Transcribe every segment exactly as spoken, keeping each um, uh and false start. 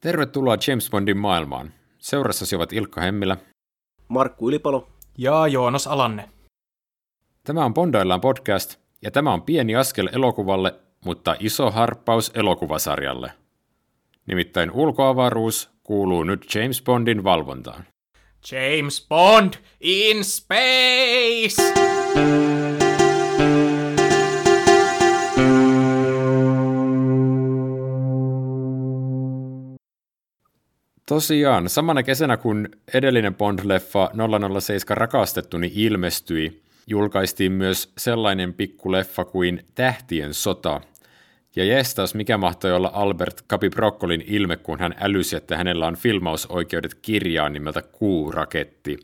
Tervetuloa James Bondin maailmaan. Seurassasi ovat Ilkka Hemmilä, Markku Ylipalo ja Joonas Alanne. Tämä on Bondaillaan podcast, ja tämä on pieni askel elokuvalle, mutta iso harppaus elokuvasarjalle. Nimittäin ulkoavaruus kuuluu nyt James Bondin valvontaan. James Bond in space! Tosiaan, samana kesänä kun edellinen Bond-leffa nolla nolla seitsemän Rakastettuni ilmestyi, julkaistiin myös sellainen pikkuleffa kuin Tähtien sota. Ja jestas, mikä mahtoi olla Albert Capi Broccolin ilme, kun hän älysi, että hänellä on filmausoikeudet kirjaan nimeltä Kuuraketti.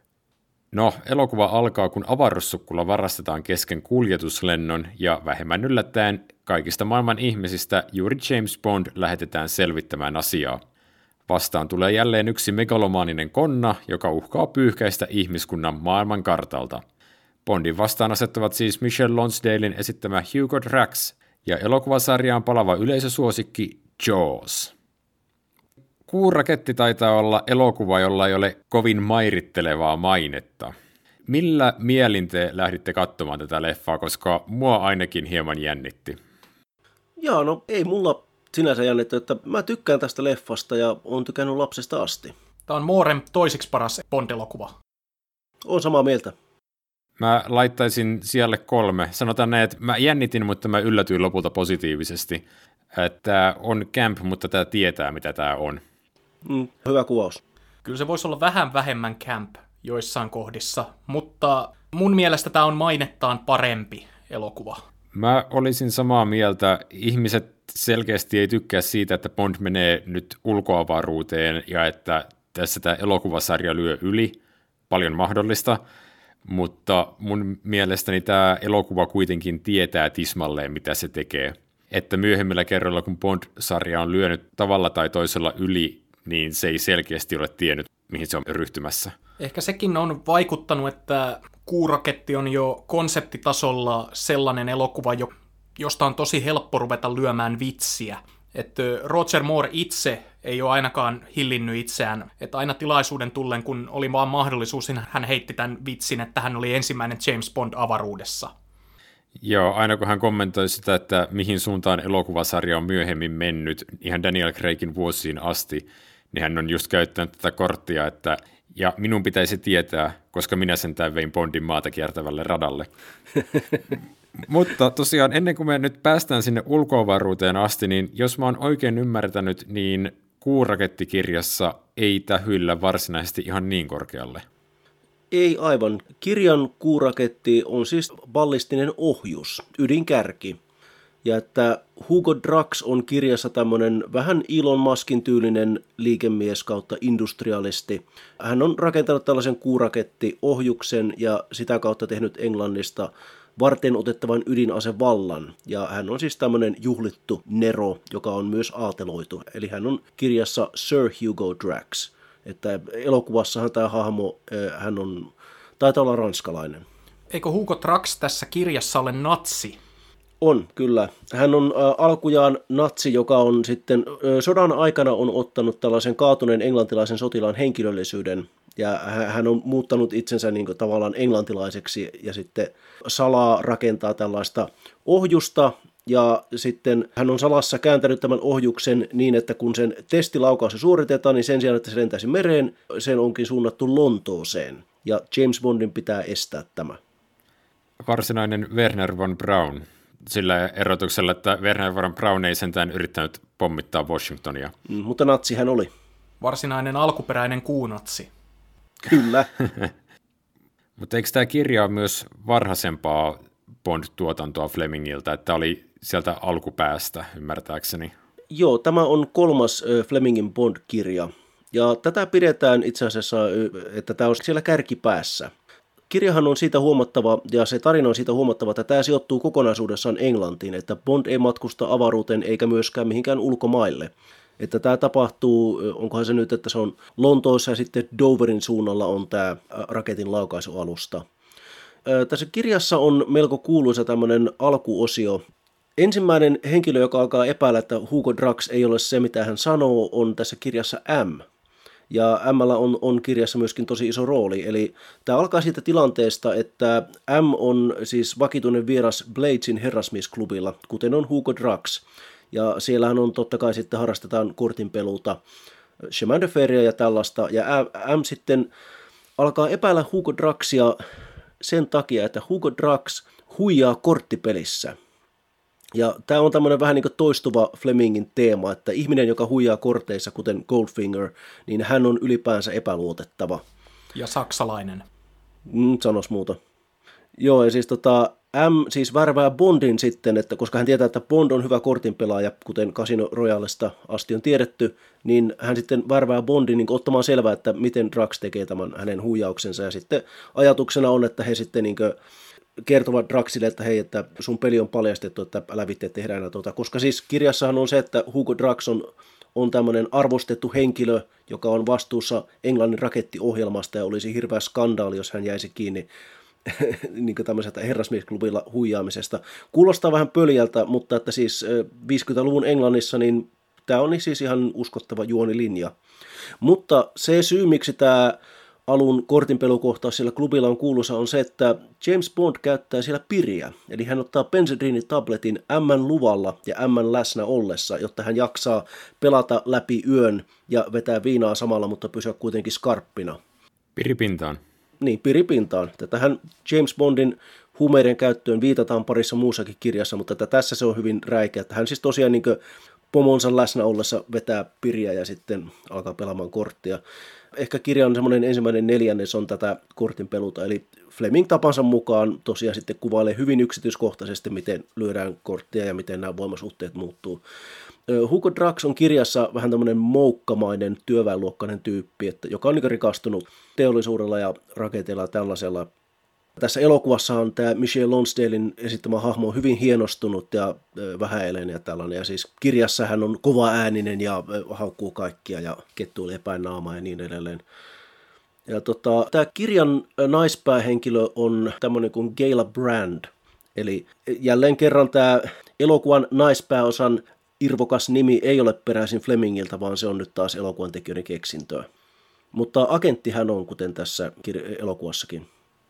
No, elokuva alkaa, kun avaruussukkula varastetaan kesken kuljetuslennon, ja vähemmän yllättäen kaikista maailman ihmisistä juuri James Bond lähetetään selvittämään asiaa. Vastaan tulee jälleen yksi megalomaaninen konna, joka uhkaa pyyhkäistä ihmiskunnan maailman kartalta. Bondin vastaan asettavat siis Michelle Lonsdalen esittämä Hugo Drax ja elokuvasarjaan palava yleisösuosikki Jaws. Kuuraketti taitaa olla elokuva, jolla ei ole kovin mairittelevaa mainetta. Millä mielin te lähditte katsomaan tätä leffaa, koska mua ainakin hieman jännitti? Joo, no ei mulla sinänsä jännitty, että mä tykkään tästä leffasta ja oon tykännyt lapsesta asti. Tämä on Mooren toiseksi paras Bond-elokuva. Oon samaa mieltä. Mä laittaisin siellä kolme. Sanotaan näin, että mä jännitin, mutta mä yllätyin lopulta positiivisesti. Tämä on camp, mutta tämä tietää, mitä tämä on. Mm, hyvä kuvaus. Kyllä se voisi olla vähän vähemmän camp joissain kohdissa, mutta mun mielestä tämä on mainettaan parempi elokuva. Mä olisin samaa mieltä. Ihmiset selkeästi ei tykkää siitä, että Bond menee nyt ulkoavaruuteen ja että tässä tämä elokuvasarja lyö yli. Paljon mahdollista. Mutta mun mielestäni tämä elokuva kuitenkin tietää tismalleen, mitä se tekee. Että myöhemmillä kerroilla, kun Bond-sarja on lyönyt tavalla tai toisella yli, niin se ei selkeästi ole tiennyt, mihin se on ryhtymässä. Ehkä sekin on vaikuttanut, että Kuuraketti on jo konseptitasolla sellainen elokuva, josta on tosi helppo ruveta lyömään vitsiä. Että Roger Moore itse ei ole ainakaan hillinnyt itseään. Että aina tilaisuuden tullen, kun oli vaan mahdollisuus, niin hän heitti tämän vitsin, että hän oli ensimmäinen James Bond avaruudessa. Joo, aina kun hän kommentoi sitä, että mihin suuntaan elokuvasarja on myöhemmin mennyt, ihan Daniel Craigin vuosiin asti, niin hän on just käyttänyt tätä korttia, että ja minun pitäisi tietää, koska minä sentään vein Bondin maata kiertävälle radalle. Mutta tosiaan ennen kuin me nyt päästään sinne ulkoavaruuteen asti, niin jos mä oon oikein ymmärtänyt, niin Kuurakettikirjassa ei tähyillä varsinaisesti ihan niin korkealle. Ei aivan. Kirjan Kuuraketti on siis ballistinen ohjus, ydinkärki. Ja että Hugo Drax on kirjassa tämmöinen vähän Elon Muskin tyylinen liikemies kautta industrialisti. Hän on rakentanut tällaisen kuurakettiohjuksen ja sitä kautta tehnyt Englannista varten otettavan ydinasevallan. Ja hän on siis tämmöinen juhlittu nero, joka on myös aateloitu. Eli hän on kirjassa Sir Hugo Drax. Että elokuvassahan tämä hahmo, hän on, taitaa olla ranskalainen. Eikö Hugo Drax tässä kirjassa ole natsi? On, kyllä. Hän on ä, alkujaan natsi, joka on sitten ä, sodan aikana on ottanut tällaisen kaatuneen englantilaisen sotilaan henkilöllisyyden. Ja hän on muuttanut itsensä niin kuin, tavallaan englantilaiseksi ja sitten salaa rakentaa tällaista ohjusta. Ja sitten hän on salassa kääntänyt tämän ohjuksen niin, että kun sen testilaukaus suoritetaan, niin sen sijaan, että se lentäisi mereen, sen onkin suunnattu Lontooseen. Ja James Bondin pitää estää tämä. Varsinainen Werner von Braun, sillä erotuksella, että Werner von Braun ei sentään yrittänyt pommittaa Washingtonia. Mm, mutta natsi hän oli. Varsinainen alkuperäinen kuunatsi. Kyllä. Mutta eikö tämä kirja ole myös varhaisempaa Bond-tuotantoa Flemingiltä, että oli sieltä alkupäästä, ymmärtääkseni? Joo, tämä on kolmas äh, Flemingin Bond-kirja. Ja tätä pidetään itse asiassa, että tämä on siellä kärkipäässä. Kirjahan on siitä huomattava, ja se tarina on siitä huomattava, että tämä sijoittuu kokonaisuudessaan Englantiin, että Bond ei matkusta avaruuteen eikä myöskään mihinkään ulkomaille. Että tämä tapahtuu, onkohan se nyt, että se on Lontoossa ja sitten Doverin suunnalla on tämä raketin laukaisualusta. Tässä kirjassa on melko kuuluisa tämmöinen alkuosio, Ensimmäinen henkilö, joka alkaa epäillä, että Hugo Drax ei ole se, mitä hän sanoo, on tässä kirjassa M. Ja M:llä on, on kirjassa myöskin tosi iso rooli. Eli tämä alkaa siitä tilanteesta, että M on siis vakituinen vieras Bladesin herrasmiesklubilla, kuten on Hugo Drax. Ja siellähän on totta kai sitten harrastetaan kortinpeluuta, chemin de feria ja tällaista. Ja M sitten alkaa epäillä Hugo Draxia sen takia, että Hugo Drax huijaa korttipelissä. Ja tämä on tämmöinen vähän niin kuin toistuva Flemingin teema, että ihminen, joka huijaa korteissa, kuten Goldfinger, niin hän on ylipäänsä epäluotettava. Ja saksalainen. Mm, sanos muuta. Joo, ja siis tota, M siis värvää Bondin sitten, että koska hän tietää, että Bond on hyvä kortinpelaaja, kuten Casino Royalesta asti on tiedetty, niin hän sitten värvää Bondin niin ottamaan selvää, että miten Drax tekee tämän hänen huijauksensa. Ja sitten ajatuksena on, että he sitten niin kuin kertovat Draxille, että hei, että sun peli on paljastettu, että älä vitte tehdä enää tuota. Koska siis kirjassahan on se, että Hugo Drax on, on tämmöinen arvostettu henkilö, joka on vastuussa Englannin rakettiohjelmasta ja olisi hirveä skandaali, jos hän jäisi kiinni niin kuin tämmöiseltä herrasmiesklubilla huijaamisesta. Kuulostaa vähän pöljältä, mutta että siis viisikymmentäluvun Englannissa niin tämä on siis ihan uskottava juonilinja. Mutta se syy, miksi tämä alun kortinpelukohtaus siellä klubilla on kuuluisa, on se, että James Bond käyttää siellä piriä. Eli hän ottaa Benzedrine-tabletin M:n luvalla ja M:n läsnä ollessa, jotta hän jaksaa pelata läpi yön ja vetää viinaa samalla, mutta pysyä kuitenkin skarppina. Piripintaan. Niin, piripintaan. Tähän James Bondin huumeiden käyttöön viitataan parissa muussakin kirjassa, mutta tässä se on hyvin räikeä. Että hän siis tosiaan niin kuin pomonsa läsnä ollessa vetää piriä ja sitten alkaa pelaamaan korttia. Ehkä kirjan semmoinen ensimmäinen neljännes on tätä kortinpeluta, eli Fleming tapansa mukaan tosiaan sitten kuvailee hyvin yksityiskohtaisesti, miten lyödään korttia ja miten nämä voimasuhteet muuttuu. Hugo Drax on kirjassa vähän tämmöinen moukkamainen työväenluokkainen tyyppi, että, joka on niin rikastunut teollisuudella ja rakenteella ja tällaisella. Tässä elokuvassa on tämä Michelle Lonsdalein esittämä hahmo on hyvin hienostunut ja vähäeleinen ja tällainen. Ja siis kirjassa hän on kova ääninen ja haukkuu kaikkia ja kettuilee päin naamaa ja niin edelleen. Ja tota, tämä kirjan naispäähenkilö on tämmöinen kuin Gayla Brand. Eli jälleen kerran tämä elokuvan naispääosan irvokas nimi ei ole peräisin Flemingiltä, vaan se on nyt taas elokuvan tekijöiden keksintöä. Mutta agentti hän on, kuten tässä kir- elokuvassakin.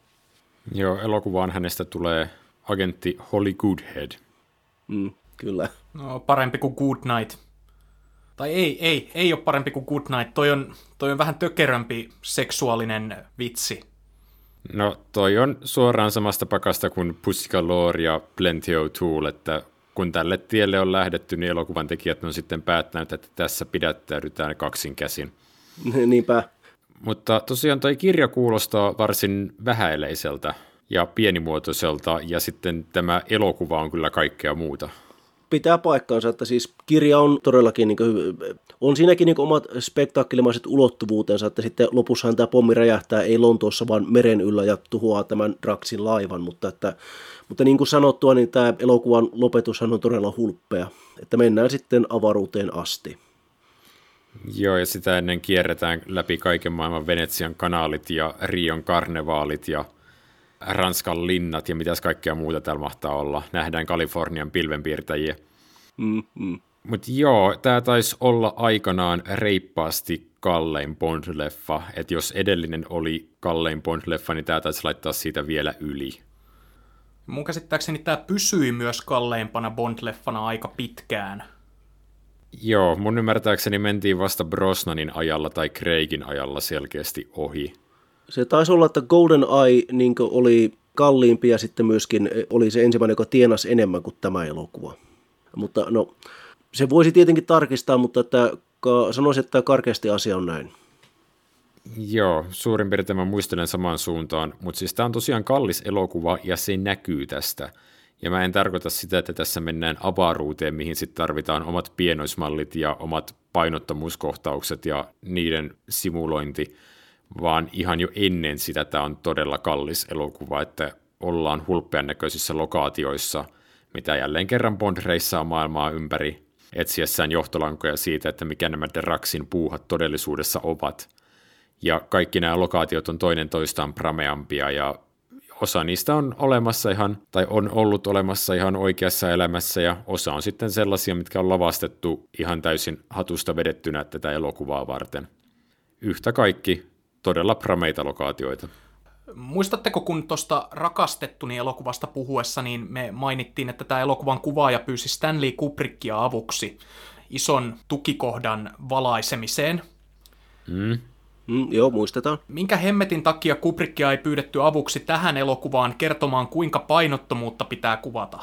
Joo, elokuvaan hänestä tulee agentti Holly Goodhead. Mm, kyllä. No, parempi kuin Good Night. Tai ei, ei, ei ole parempi kuin Good Night. Toi on, toi on vähän tökerömpi seksuaalinen vitsi. No, toi on suoraan samasta pakasta kuin Pussy Galore ja Plenty O'Toole, että kun tälle tielle on lähdetty, niin elokuvan tekijät on sitten päättänyt, että tässä pidättäydytään kaksin käsin. Niinpä. Mutta tosiaan toi kirja kuulostaa varsin vähäileiseltä ja pienimuotoiselta, ja sitten tämä elokuva on kyllä kaikkea muuta. Pitää paikkaansa, että siis kirja on todellakin, niin kuin, on siinäkin niin kuin omat spektaakkelimmaiset ulottuvuutensa, että sitten lopussahan tämä pommi räjähtää ei Lontoossa, vaan meren yllä ja tuhoaa tämän Draxin laivan, mutta, että, mutta niin kuin sanottua, niin tämä elokuvan lopetushan on todella hulppea, että mennään sitten avaruuteen asti. Joo, ja sitä ennen kierretään läpi kaiken maailman Venetsian kanaalit ja Rion karnevaalit ja Ranskan linnat ja mitäs kaikkea muuta täällä mahtaa olla. Nähdään Kalifornian pilvenpiirtäjiä. Mm-hmm. Mutta joo, tämä taisi olla aikanaan reippaasti kallein Bond-leffa, että jos edellinen oli kallein Bond-leffa, niin tämä taisi laittaa siitä vielä yli. Mun käsittääkseni tämä pysyi myös kalleimpana Bond-leffana aika pitkään. Joo, mun ymmärtääkseni mentiin vasta Brosnanin ajalla tai Craigin ajalla selkeästi ohi. Se taisi olla, että GoldenEye niin oli kalliimpi ja sitten myöskin oli se ensimmäinen, joka tienasi enemmän kuin tämä elokuva. Mutta no, se voisi tietenkin tarkistaa, mutta että, sanoisin, että karkeasti asia on näin. Joo, suurin piirtein mä muistelen samaan suuntaan, mutta siis tämä on tosiaan kallis elokuva ja se näkyy tästä. Ja mä en tarkoita sitä, että tässä mennään avaruuteen, mihin sitten tarvitaan omat pienoismallit ja omat painottomuuskohtaukset ja niiden simulointi, vaan ihan jo ennen sitä tämä on todella kallis elokuva, että ollaan hulppean näköisissä lokaatioissa, mitä jälleen kerran Bond reissaa maailmaa ympäri etsiessään johtolankoja siitä, että mikä nämä Draxin puuhat todellisuudessa ovat. Ja kaikki nämä lokaatiot on toinen toistaan prameampia ja osa niistä on olemassa ihan, tai on ollut olemassa ihan oikeassa elämässä, ja osa on sitten sellaisia, mitkä on lavastettu ihan täysin hatusta vedettynä tätä elokuvaa varten. Yhtä kaikki todella prameita lokaatioita. Muistatteko, kun tuosta Rakastettuni elokuvasta puhuessa, niin me mainittiin, että tämä elokuvan kuvaaja pyysi Stanley Kubrickia avuksi ison tukikohdan valaisemiseen. Mm. Mm, joo, muistetaan. Minkä hemmetin takia Kubrickia ei pyydetty avuksi tähän elokuvaan kertomaan, kuinka painottomuutta pitää kuvata?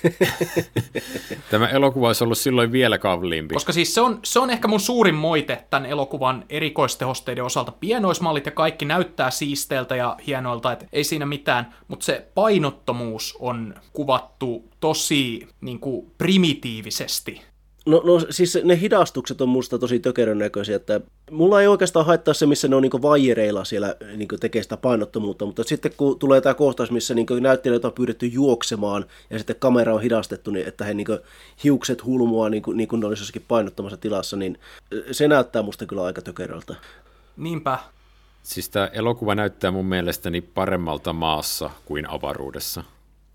Tämä elokuva olisi ollut silloin vielä kalliimpi. Koska siis se on, se on ehkä mun suurin moite tämän elokuvan erikoistehosteiden osalta. Pienoismallit ja kaikki näyttää siisteeltä ja hienoilta, että ei siinä mitään, mutta se painottomuus on kuvattu tosi niin kuin primitiivisesti. No, no siis ne hidastukset on musta tosi tökerön näköisiä, että mulla ei oikeastaan haittaa se, missä ne on niin vaijereilla siellä niin tekee sitä painottomuutta, mutta sitten kun tulee tämä kohtaus, missä niin näyttelijöitä on pyydetty juoksemaan ja sitten kamera on hidastettu, niin että he niin hiukset hulmuaa niin kuin, niin kuin ne olisi jossakin painottomassa tilassa, niin se näyttää musta kyllä aika tökeröltä. Niinpä. Siis tämä elokuva näyttää mun mielestäni paremmalta maassa kuin avaruudessa.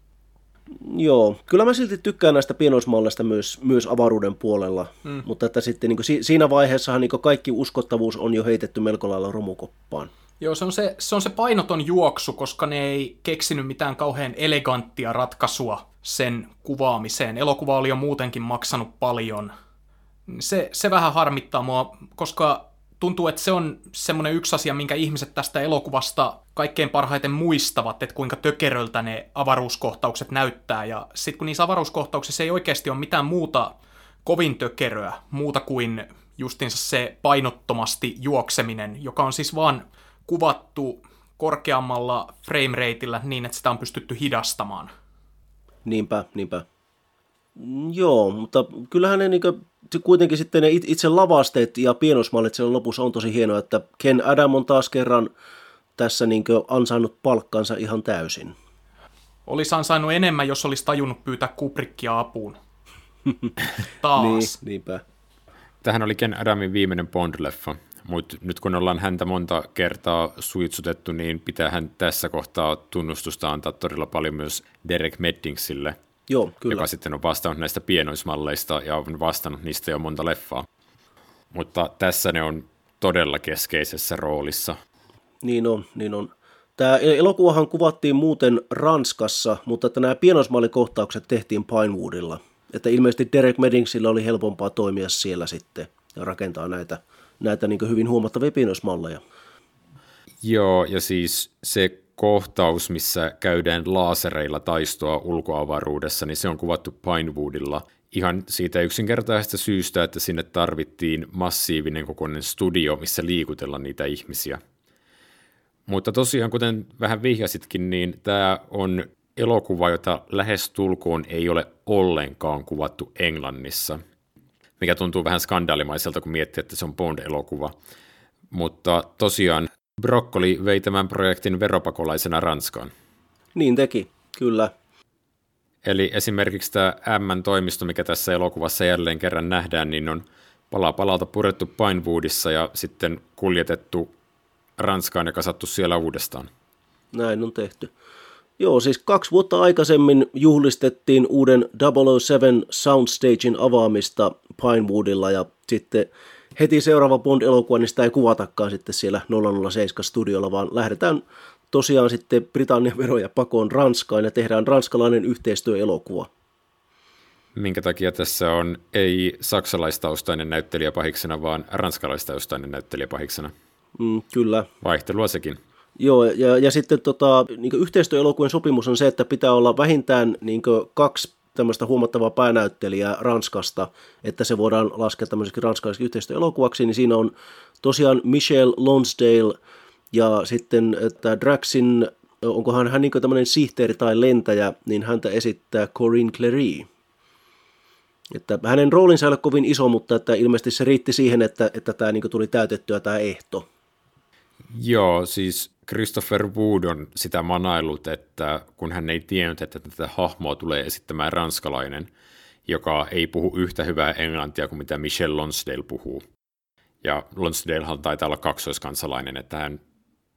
Joo, kyllä mä silti tykkään näistä pienoismalleista myös, myös avaruuden puolella, mm. mutta että sitten niin kuin, siinä vaiheessahan niin kuin kaikki uskottavuus on jo heitetty melko lailla romukoppaan. Joo, se on se, se on se painoton juoksu, koska ne ei keksinyt mitään kauhean eleganttia ratkaisua sen kuvaamiseen. Elokuva oli jo muutenkin maksanut paljon. Se, se vähän harmittaa mua, koska tuntuu, että se on semmoinen yksi asia, minkä ihmiset tästä elokuvasta kaikkein parhaiten muistavat, että kuinka tökeröltä ne avaruuskohtaukset näyttää. Ja sitten kun niissä avaruuskohtauksissa ei oikeasti ole mitään muuta kovin tökeröä, muuta kuin justiinsa se painottomasti juokseminen, joka on siis vaan kuvattu korkeammalla framerateillä niin, että sitä on pystytty hidastamaan. Niinpä, niinpä. Joo, mutta kyllähän ne niinku, kuitenkin sitten ne itse lavasteet ja pienoismallit siellä lopussa on tosi hienoa, että Ken Adam on taas kerran tässä niinku ansainnut palkkansa ihan täysin. Olisi ansainnut enemmän, jos olisi tajunnut pyytää Kubrickia apuun. Taas. Niin, niinpä. Tähän oli Ken Adamin viimeinen Bond-leffa, mutta nyt kun ollaan häntä monta kertaa suitsutettu, niin pitää hän tässä kohtaa tunnustusta antaa todella paljon myös Derek Meddingsille. Joo, kyllä. Joka sitten on vastannut näistä pienoismalleista ja on vastannut niistä jo monta leffaa. Mutta tässä ne on todella keskeisessä roolissa. Niin on, niin on. Tämä elokuvahan kuvattiin muuten Ranskassa, mutta että nämä pienoismallikohtaukset tehtiin Pinewoodilla. Että ilmeisesti Derek Meddingsillä oli helpompaa toimia siellä sitten ja rakentaa näitä, näitä niin kuin hyvin huomattavia pienoismalleja. Joo, ja siis se kohtaus, missä käydään laasereilla taistoa ulkoavaruudessa, niin se on kuvattu Pinewoodilla ihan siitä yksinkertaisesta syystä, että sinne tarvittiin massiivinen kokoinen studio, missä liikutella niitä ihmisiä. Mutta tosiaan, kuten vähän vihjasitkin, niin tämä on elokuva, jota lähestulkoon ei ole ollenkaan kuvattu Englannissa, mikä tuntuu vähän skandaalimaiselta, kun miettii, että se on Bond-elokuva. Mutta tosiaan Broccoli vei tämän projektin veropakolaisena Ranskaan. Niin teki, kyllä. Eli esimerkiksi tämä M-toimisto, mikä tässä elokuvassa jälleen kerran nähdään, niin on pala palalta purettu Pinewoodissa ja sitten kuljetettu Ranskaan ja kasattu siellä uudestaan. Näin on tehty. Joo, siis kaksi vuotta aikaisemmin juhlistettiin uuden double oh seven Soundstagein avaamista Pinewoodilla ja sitten heti seuraava Bond-elokuva, niin sitä ei kuvatakaan sitten siellä nolla nolla seitsemän-studiolla, vaan lähdetään tosiaan sitten Britannian veroja pakoon Ranskaan ja tehdään ranskalainen yhteistyöelokuva. Minkä takia tässä on ei saksalaistaustainen näyttelijä pahiksena, vaan ranskalaistaustainen näyttelijä pahiksena? Mm, kyllä. Vaihtelua sekin. Joo, ja, ja sitten tota, niin yhteistyöelokuvien sopimus on se, että pitää olla vähintään niin kaksi tämmöistä huomattavaa päänäyttelijää Ranskasta, että se voidaan laskea tämmöiseksi ranskalaiseksi yhteistyöelokuvaksi, niin siinä on tosiaan Michel Lonsdale ja sitten että Draxin, onkohan hän niin tämmöinen sihteeri tai lentäjä, niin häntä esittää Corinne Clery. Että hänen roolinsa ei ole kovin iso, mutta että ilmeisesti se riitti siihen, että, että tämä niin tuli täytettyä tämä ehto. Joo, siis Christopher Wood on sitä manailut, että kun hän ei tiennyt, että tätä hahmoa tulee esittämään ranskalainen, joka ei puhu yhtä hyvää englantia kuin mitä Michel Lonsdale puhuu. Ja Lonsdalehan taitaa olla kaksoiskansalainen, että hän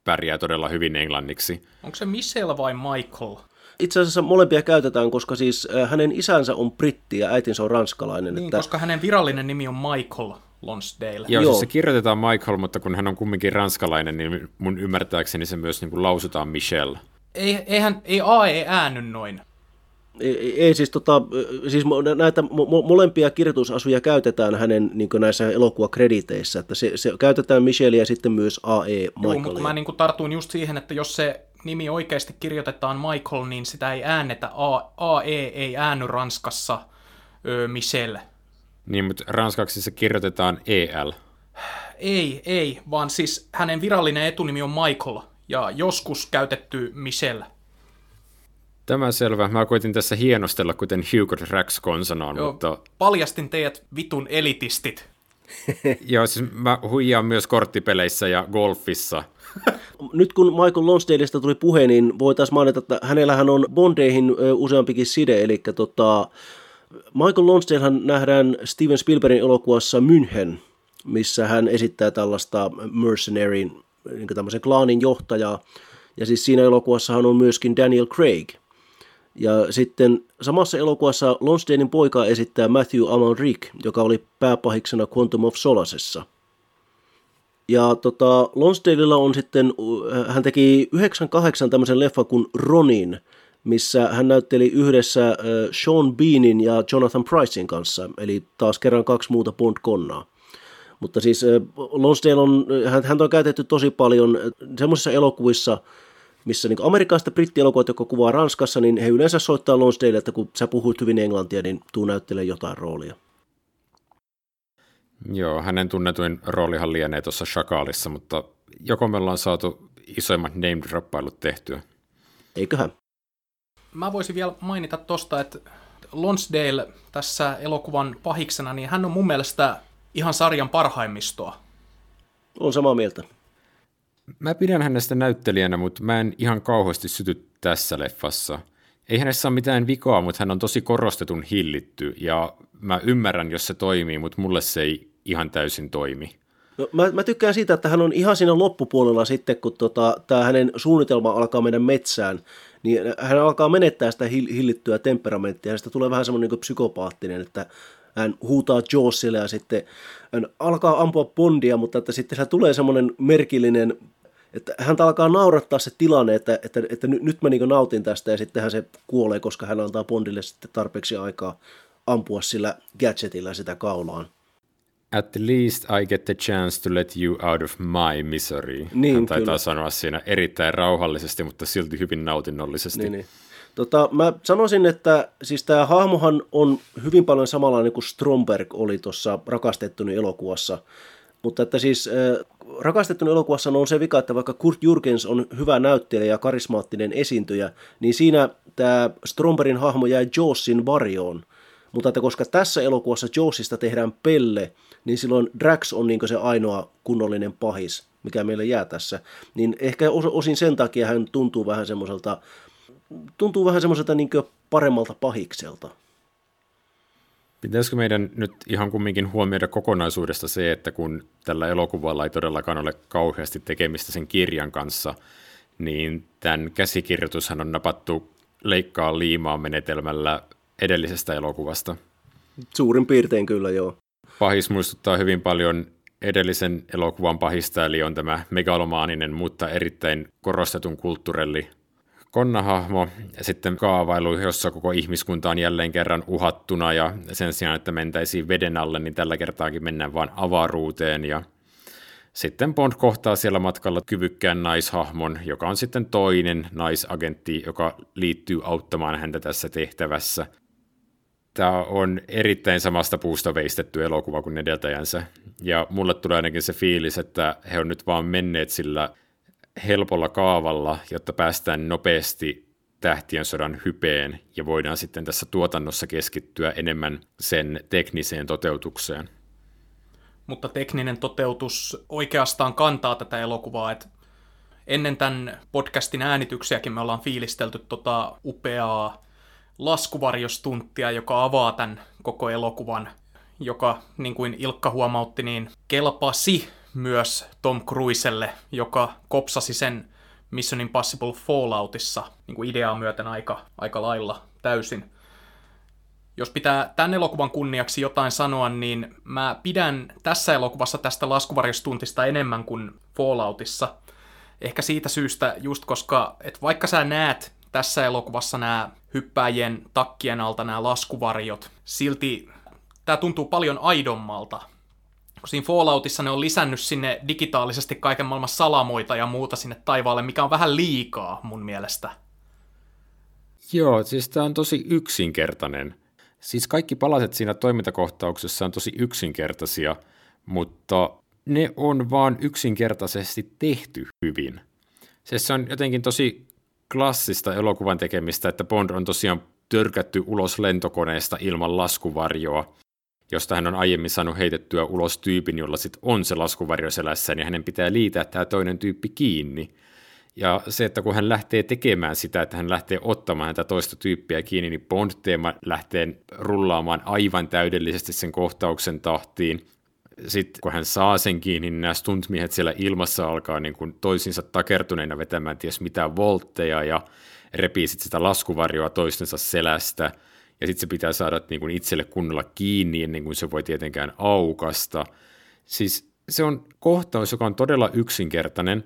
pärjää todella hyvin englanniksi. Onko se Michelle vai Michael? Itse asiassa molempia käytetään, koska siis hänen isänsä on britti ja äitinsä on ranskalainen. Niin, että... koska hänen virallinen nimi on Michael Lonsdale. Joo, Joo. Siis se kirjoitetaan Michael, mutta kun hän on kumminkin ranskalainen, niin mun ymmärtääkseni se myös niin kuin lausutaan Michelle. Ei, eihän, ei A ei äänny noin. Ei, ei siis, tota, siis näitä mo- molempia kirjoitusasuja käytetään hänen niin näissä elokuvakrediteissä, että se, se käytetään Michelle ja sitten myös A E Michaelia. Joo, mutta mä niin kuin tartuin just siihen, että jos se nimi oikeasti kirjoitetaan Michael, niin sitä ei äännetä, A, A E ei äänny Ranskassa ö, Michelle. Niin, mutta ranskaksi se kirjoitetaan E L. Ei, ei, vaan siis hänen virallinen etunimi on Michael ja joskus käytetty Michelle. Tämä selvä. Mä koitin tässä hienostella, kuten Hugo Drax konsonaan, Joo, mutta... paljastin teidät vitun elitistit. Joo, siis mä huijaan myös korttipeleissä ja golfissa. Nyt kun Michael Lonsdaleista tuli puhe, niin voitaisiin mainita, että hänellähän on Bondeihin useampikin side, eli tota, Michael Lonsdalehan nähdään Steven Spielbergin elokuvassa München, missä hän esittää tällaista mercenaryn, niin tämmöisen klaanin johtajaa, ja siis siinä elokuvassahan on myöskin Daniel Craig. Ja sitten samassa elokuvassa Lonsdalein poika esittää Matthew Amalric, joka oli pääpahiksena Quantum of Solacessa. Ja tota, Lonsdalella on sitten, hän teki yhdeksänkymmentäkahdeksan tämmöisen leffan kuin Ronin, missä hän näytteli yhdessä äh, Sean Beanin ja Jonathan Pricein kanssa, eli taas kerran kaksi muuta Bond-konnaa. Mutta siis äh, Lonsdale on, häntä on käytetty tosi paljon semmoisissa elokuvissa, missä niin amerikkalaista brittielokuvat, jotka kuvaa Ranskassa, niin he yleensä soittaa Lonsdale, että kun sä puhut hyvin englantia, niin tuu näyttelee jotain roolia. Joo, hänen tunnetuin roolihan lienee tuossa Chakalissa, mutta joko me ollaan saatu isoimmat name-droppailut tehtyä? Eiköhän. Mä voisin vielä mainita tosta, että Lonsdale tässä elokuvan pahiksena, niin hän on mun mielestä ihan sarjan parhaimmistoa. On samaa mieltä. Mä pidän hänestä näyttelijänä, mutta mä en ihan kauheasti syty tässä leffassa. Ei hänessä ole mitään vikaa, mutta hän on tosi korostetun hillitty, ja mä ymmärrän, jos se toimii, mutta mulle se ei ihan täysin toimi. No, mä, mä tykkään siitä, että hän on ihan siinä loppupuolella sitten, kun tota, tämä hänen suunnitelma alkaa mennä metsään, niin hän alkaa menettää sitä hillittyä temperamenttia, ja sitä tulee vähän semmoinen niin kuin psykopaattinen, että hän huutaa Jawsille ja sitten hän alkaa ampua Bondia, mutta että sitten se tulee semmoinen merkillinen, että hän alkaa naurattaa se tilanne, että, että, että, että nyt mä niin nautin tästä, ja sittenhän se kuolee, koska hän antaa Bondille sitten tarpeeksi aikaa ampua sillä gadgetilla sitä kaulaan. At least I get the chance to let you out of my misery. Niin, hän taitaa kyllä sanoa siinä erittäin rauhallisesti, mutta silti hyvin nautinnollisesti. Niin, niin. Tota, mä sanoisin, että siis tämä hahmohan on hyvin paljon samanlainen kuin Stromberg oli tuossa Rakastettuni elokuvassa. Mutta että siis äh, Rakastettuni elokuvassa on se vika, että vaikka Kurt Jürgens on hyvä näyttelijä ja karismaattinen esiintyjä, niin siinä tämä Strombergin hahmo jäi Jawsin varjoon. Mutta että koska tässä elokuvassa Jawsista tehdään pelle, niin silloin Drax on niin se ainoa kunnollinen pahis, mikä meille jää tässä. Niin ehkä osin sen takia hän tuntuu vähän semmoiselta, tuntuu vähän semmoiselta niin paremmalta pahikselta. Pitäisikö meidän nyt ihan kumminkin huomioida kokonaisuudesta se, että kun tällä elokuvalla ei todellakaan ole kauheasti tekemistä sen kirjan kanssa, niin tämän käsikirjoitushan on napattu leikkaa liimaa menetelmällä edellisestä elokuvasta. Suurin piirtein kyllä, joo. Pahis muistuttaa hyvin paljon edellisen elokuvan pahista, eli on tämä megalomaaninen, mutta erittäin korostetun kulttuurelli konnahahmo, ja sitten kaavailu, jossa koko ihmiskunta on jälleen kerran uhattuna, ja sen sijaan, että mentäisiin veden alle, niin tällä kertaakin mennään vain avaruuteen, ja sitten Bond kohtaa siellä matkalla kyvykkään naishahmon, joka on sitten toinen naisagentti, joka liittyy auttamaan häntä tässä tehtävässä. Tämä on erittäin samasta puusta veistetty elokuva kuin edeltäjänsä, ja mulle tulee ainakin se fiilis, että he on nyt vaan menneet sillä helpolla kaavalla, jotta päästään nopeasti Tähtien sodan hypeen, ja voidaan sitten tässä tuotannossa keskittyä enemmän sen tekniseen toteutukseen. Mutta tekninen toteutus oikeastaan kantaa tätä elokuvaa, että ennen tämän podcastin äänityksiäkin me ollaan fiilistelty tota upeaa laskuvarjostunttia, joka avaa tämän koko elokuvan, joka, niin kuin Ilkka huomautti, niin kelpasi myös Tom Cruiselle, joka kopsasi sen Mission Impossible Falloutissa niin kuin ideaa myöten aika, aika lailla täysin. Jos pitää tämän elokuvan kunniaksi jotain sanoa, niin mä pidän tässä elokuvassa tästä laskuvarjostuntista enemmän kuin Falloutissa. Ehkä siitä syystä just koska, että vaikka sä näet tässä elokuvassa nämä hyppääjien takkien alta nämä laskuvarjot, silti tää tuntuu paljon aidommalta. Siinä Falloutissa ne on lisännyt sinne digitaalisesti kaiken maailman salamoita ja muuta sinne taivaalle, mikä on vähän liikaa mun mielestä. Joo, siis tää on tosi yksinkertainen. Siis kaikki palaset siinä toimintakohtauksessa on tosi yksinkertaisia, mutta ne on vaan yksinkertaisesti tehty hyvin. Siis se on jotenkin tosi klassista elokuvan tekemistä, että Bond on tosiaan törkätty ulos lentokoneesta ilman laskuvarjoa, josta hän on aiemmin saanut heitettyä ulos tyypin, jolla sitten on se laskuvarjo selässään, ja hänen pitää liitää tämä toinen tyyppi kiinni. Ja se, että kun hän lähtee tekemään sitä, että hän lähtee ottamaan häntä toista tyyppiä kiinni, niin Bond-teema lähtee rullaamaan aivan täydellisesti sen kohtauksen tahtiin. Sitten kun hän saa sen kiinni, niin nämä stuntmiehet siellä ilmassa alkaa niin kuin toisinsa takertuneina vetämään ties mitään voltteja ja repii sitten sitä laskuvarjoa toistensa selästä. Ja sitten se pitää saada niin kuin itselle kunnolla kiinni ennen kuin se voi tietenkään aukasta. Siis se on kohtaus, joka on todella yksinkertainen,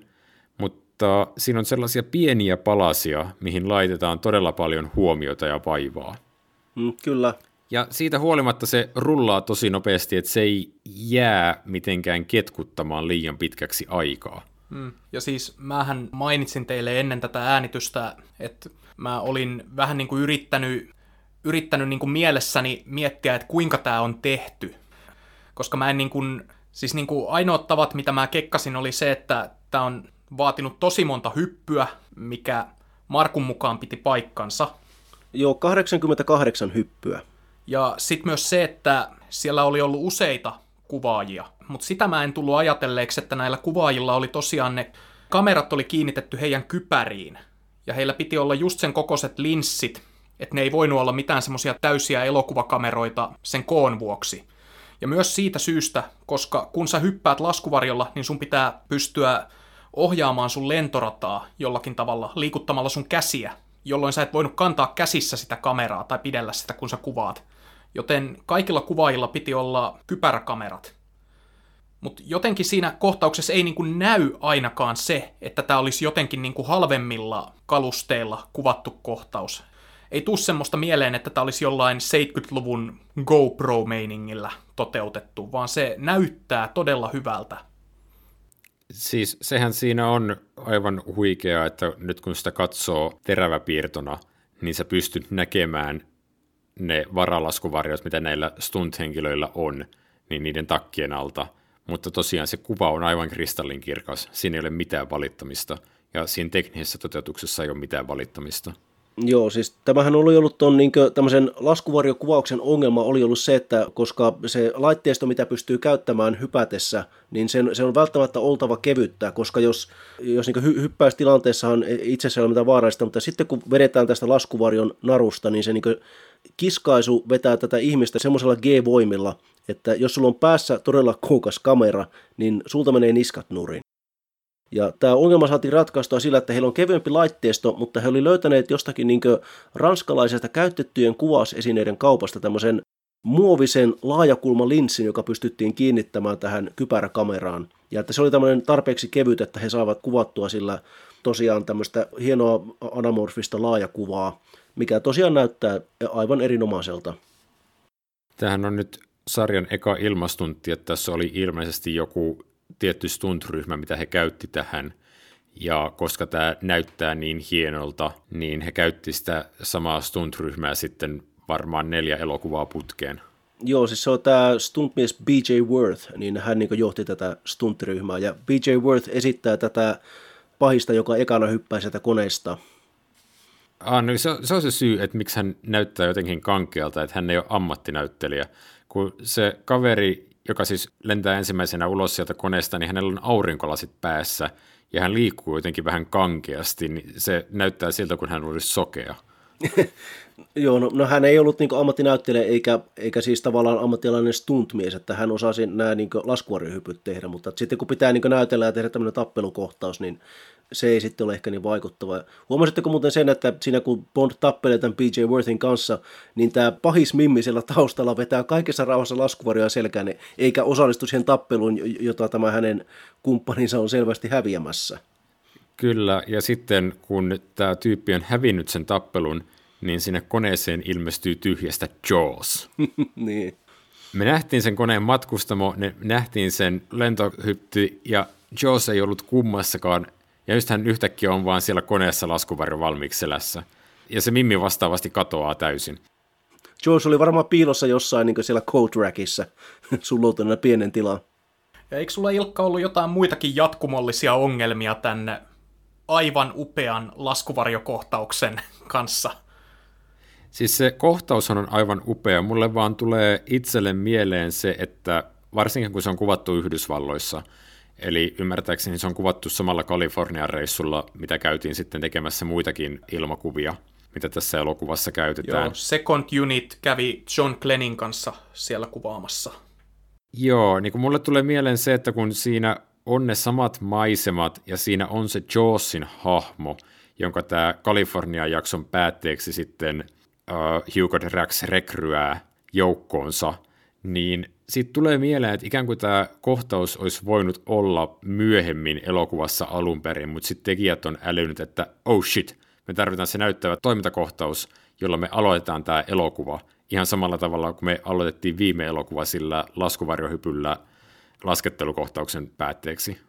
mutta siinä on sellaisia pieniä palasia, mihin laitetaan todella paljon huomiota ja vaivaa. Mm, kyllä. Ja siitä huolimatta se rullaa tosi nopeasti, että se ei jää mitenkään ketkuttamaan liian pitkäksi aikaa. Mm. Ja siis mähän mainitsin teille ennen tätä äänitystä, että mä olin vähän niin kuin yrittänyt, yrittänyt niin kuin mielessäni miettiä, että kuinka tämä on tehty. Koska mä en niin kuin, siis niin kuin ainoat tavat, mitä mä kekkasin, oli se, että tämä on vaatinut tosi monta hyppyä, mikä Markun mukaan piti paikkansa. Joo, kahdeksankymmentäkahdeksan hyppyä. Ja sitten myös se, että siellä oli ollut useita kuvaajia, mutta sitä mä en tullut ajatelleeksi, että näillä kuvaajilla oli tosiaan ne kamerat oli kiinnitetty heidän kypäriin, ja heillä piti olla just sen kokoiset linssit, että ne ei voinut olla mitään semmoisia täysiä elokuvakameroita sen koon vuoksi. Ja myös siitä syystä, koska kun sä hyppäät laskuvarjolla, niin sun pitää pystyä ohjaamaan sun lentorataa jollakin tavalla, liikuttamalla sun käsiä, jolloin sä et voinut kantaa käsissä sitä kameraa tai pidellä sitä, kun sä kuvaat. Joten kaikilla kuvaajilla piti olla kypäräkamerat. Mutta jotenkin siinä kohtauksessa ei niinku näy ainakaan se, että tämä olisi jotenkin niinku halvemmilla kalusteilla kuvattu kohtaus. Ei tule semmoista mieleen, että tämä olisi jollain seitsemänkymmentäluvun GoPro-meiningillä toteutettu, vaan se näyttää todella hyvältä. Siis sehän siinä on aivan huikeaa, että nyt kun sitä katsoo teräväpiirtona, niin sä pystyt näkemään ne varalaskuvarjot, mitä näillä stunt-henkilöillä on, niin niiden takkien alta. Mutta tosiaan se kuva on aivan kristallinkirkas, siinä ei ole mitään valittamista, ja siinä teknisessä toteutuksessa ei ole mitään valittamista. Joo, siis tämähän oli ollut ton niin tämmöisen laskuvarjokuvauksen ongelma oli ollut se, että koska se laitteisto, mitä pystyy käyttämään hypätessä, niin sen, se on välttämättä oltava kevyttä, koska jos, jos niin hy, hyppäystilanteessahan itse asiassa ei ole mitään vaarallista, mutta sitten kun vedetään tästä laskuvarjon narusta, niin se niin kiskaisu vetää tätä ihmistä semmoisella G-voimilla, että jos sulla on päässä todella koukas kamera, niin sulta menee niskat nurin. Ja tämä ongelma saatiin ratkaistua sillä, että heillä on kevyempi laitteisto, mutta he oli löytäneet jostakin niin ranskalaisesta käytettyjen kuvausesineiden kaupasta tämmöisen muovisen laajakulmalinssin, joka pystyttiin kiinnittämään tähän kypäräkameraan. Ja että se oli tämmöinen tarpeeksi kevyt, että he saavat kuvattua sillä tosiaan tämmöistä hienoa anamorfista laajakuvaa, mikä tosiaan näyttää aivan erinomaiselta. Tämähän on nyt sarjan eka ilmastunti, että tässä oli ilmeisesti joku tietty stunt-ryhmä, mitä he käytti tähän, ja koska tämä näyttää niin hienolta, niin he käytti sitä samaa stunt-ryhmää sitten varmaan neljä elokuvaa putkeen. Joo, siis se on tämä stuntmies B J Worth, niin hän niin johti tätä stunt-ryhmää, ja B J Worth esittää tätä pahista, joka ekana hyppää sieltä koneesta. Ah, no se, se on se syy, että miksi hän näyttää jotenkin kankealta, että hän ei ole ammattinäyttelijä, kun se kaveri, joka siis lentää ensimmäisenä ulos sieltä koneesta, niin hänellä on aurinkolasit päässä, ja hän liikkuu jotenkin vähän kankeasti, niin se näyttää siltä, kun hän olisi sokea. Joo, no, no hän ei ollut niin ammattinäyttelijä eikä, eikä siis tavallaan ammattilainen stuntmies, että hän osasi nämä niin laskuvarjohypyt tehdä, mutta sitten kun pitää niin näytellä ja tehdä tämmöinen tappelukohtaus, niin se ei sitten ole ehkä niin vaikuttava. Huomasitteko muuten sen, että siinä kun Bond tappelee tämän P J Worthin kanssa, niin tämä pahis mimmi siellä taustalla vetää kaikessa rauhassa laskuvarjoja selkään, eikä osallistu siihen tappeluun, jota tämä hänen kumppaninsa on selvästi häviämässä. Kyllä, ja sitten kun tämä tyyppi on hävinnyt sen tappelun, niin sinne koneeseen ilmestyy tyhjästä Jaws. Niin. Me nähtiin sen koneen matkustamo, ne nähtiin sen lentohyppy, ja Jaws ei ollut kummassakaan, ja just hän yhtäkkiä on vaan siellä koneessa laskuvarjo valmiiksi selässä. Ja se mimmi vastaavasti katoaa täysin. Jaws oli varmaan piilossa jossain niin siellä coat rackissa, sulloutuneena pienen tilaan. Ja eikö sulla, Ilkka, ollut jotain muitakin jatkumollisia ongelmia tänne aivan upean laskuvarjokohtauksen kanssa? Siis se kohtaushan on aivan upea. Mulle vaan tulee itselle mieleen se, että varsinkin kun se on kuvattu Yhdysvalloissa, eli ymmärtääkseni se on kuvattu samalla Kalifornian reissulla, mitä käytiin sitten tekemässä muitakin ilmakuvia, mitä tässä elokuvassa käytetään. Joo, Second Unit kävi John Glennin kanssa siellä kuvaamassa. Joo, niin kuin mulle tulee mieleen se, että kun siinä on ne samat maisemat ja siinä on se Jawsin hahmo, jonka tämä Kalifornian jakson päätteeksi sitten uh, Hugo Drax rekryää joukkoonsa, niin siitä tulee mieleen, että ikään kuin tämä kohtaus olisi voinut olla myöhemmin elokuvassa alun perin, mutta sitten tekijät on älynyt, että oh shit, me tarvitaan se näyttävä toimintakohtaus, jolla me aloitetaan tämä elokuva ihan samalla tavalla kuin me aloitettiin viime elokuva sillä laskuvarjohypyllä laskettelukohtauksen päätteeksi.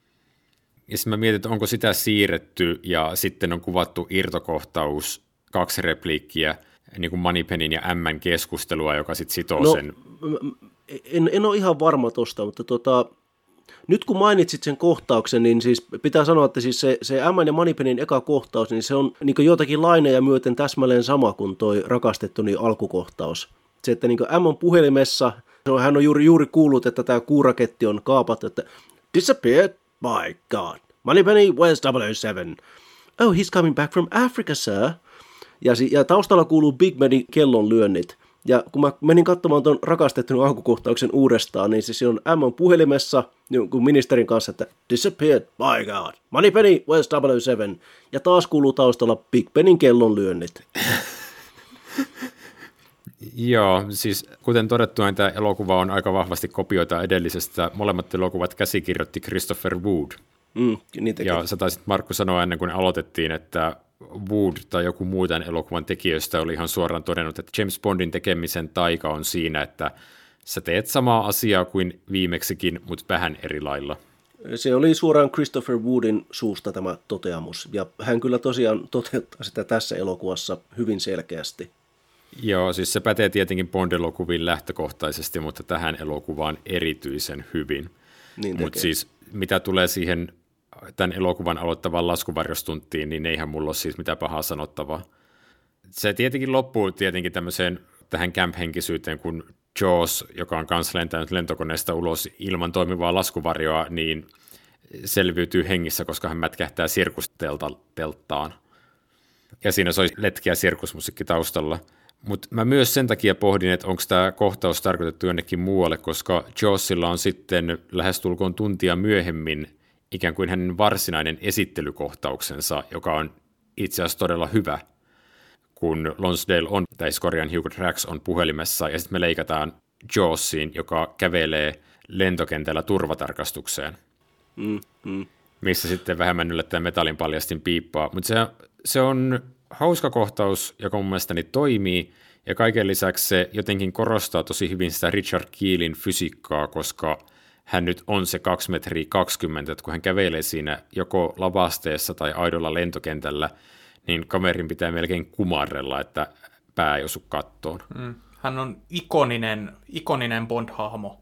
Ja sitten mä mietin, että onko sitä siirretty ja sitten on kuvattu irtokohtaus, kaksi repliikkiä, niin kuin Moneypennin ja M:n keskustelua, joka sitten sitoo no, sen. En, en ole ihan varma tosta, mutta tota, nyt kun mainitsit sen kohtauksen, niin siis pitää sanoa, että siis se, se M:n ja Moneypennin eka kohtaus, niin se on niin joitakin laineja myöten täsmälleen sama kuin toi rakastettuni alkukohtaus. Se, että niin M on puhelimessa, hän on juuri, juuri kuullut, että tämä kuuraketti on kaapattu, että disappeared, my god, Moneypenny, where's double oh seven? Oh, he's coming back from Africa, sir. Ja, ja taustalla kuuluu Big Benin kellonlyönnit. Ja kun mä menin katsomaan tuon rakastetun alkukohtauksen uudestaan, niin siis on M on puhelimessa jonkun ministerin kanssa, että disappeared, my god, Moneypenny, where's double oh seven? Ja taas kuuluu taustalla Big Benin kellonlyönnit. Joo, siis kuten todettu, niin tämä elokuva on aika vahvasti kopioita edellisestä. Molemmat elokuvat käsikirjoitti Christopher Wood. Mm, niin ja sä taisit, Markku, sanoa ennen kuin aloitettiin, että Wood tai joku muu tämän elokuvan tekijöistä oli ihan suoraan todennut, että James Bondin tekemisen taika on siinä, että sä teet samaa asiaa kuin viimeksikin, mutta vähän eri lailla. Se oli suoraan Christopher Woodin suusta tämä toteamus, ja hän kyllä tosiaan toteuttaa sitä tässä elokuvassa hyvin selkeästi. Joo, siis se pätee tietenkin Bond-elokuviin lähtökohtaisesti, mutta tähän elokuvaan erityisen hyvin. Niin mutta siis mitä tulee siihen tämän elokuvan aloittavaan laskuvarjostunttiin, niin eihän mulla ole siis mitään pahaa sanottavaa. Se tietenkin loppuu tietenkin tämmöiseen tähän camp-henkisyyteen, kun Jaws, joka on kanssa lentänyt lentokoneesta ulos ilman toimivaa laskuvarjoa, niin selviytyy hengissä, koska hän mätkähtää sirkustelttaan. Ja siinä soi letkeä sirkusmusiikki taustalla. Mutta mä myös sen takia pohdin, että onko tämä kohtaus tarkoitettu jonnekin muualle, koska Jawsilla on sitten lähestulkoon tuntia myöhemmin ikään kuin hänen varsinainen esittelykohtauksensa, joka on itse asiassa todella hyvä, kun Lonsdale on, tai korjaan Hugo Drax on puhelimessa, ja sitten me leikataan Jawsiin, joka kävelee lentokentällä turvatarkastukseen, mm, mm. missä sitten vähemmän yllättäen metallin paljastin piippaa. Mutta se, se on hauska kohtaus, joka mun mielestäni toimii, ja kaiken lisäksi se jotenkin korostaa tosi hyvin sitä Richard Keelin fysiikkaa, koska hän nyt on se kaksi metriä kaksikymmentä, että kun hän kävelee siinä joko lavasteessa tai aidolla lentokentällä, niin kamerin pitää melkein kumarrella, että pää ei osu kattoon. Mm. Hän on ikoninen, ikoninen Bond-hahmo.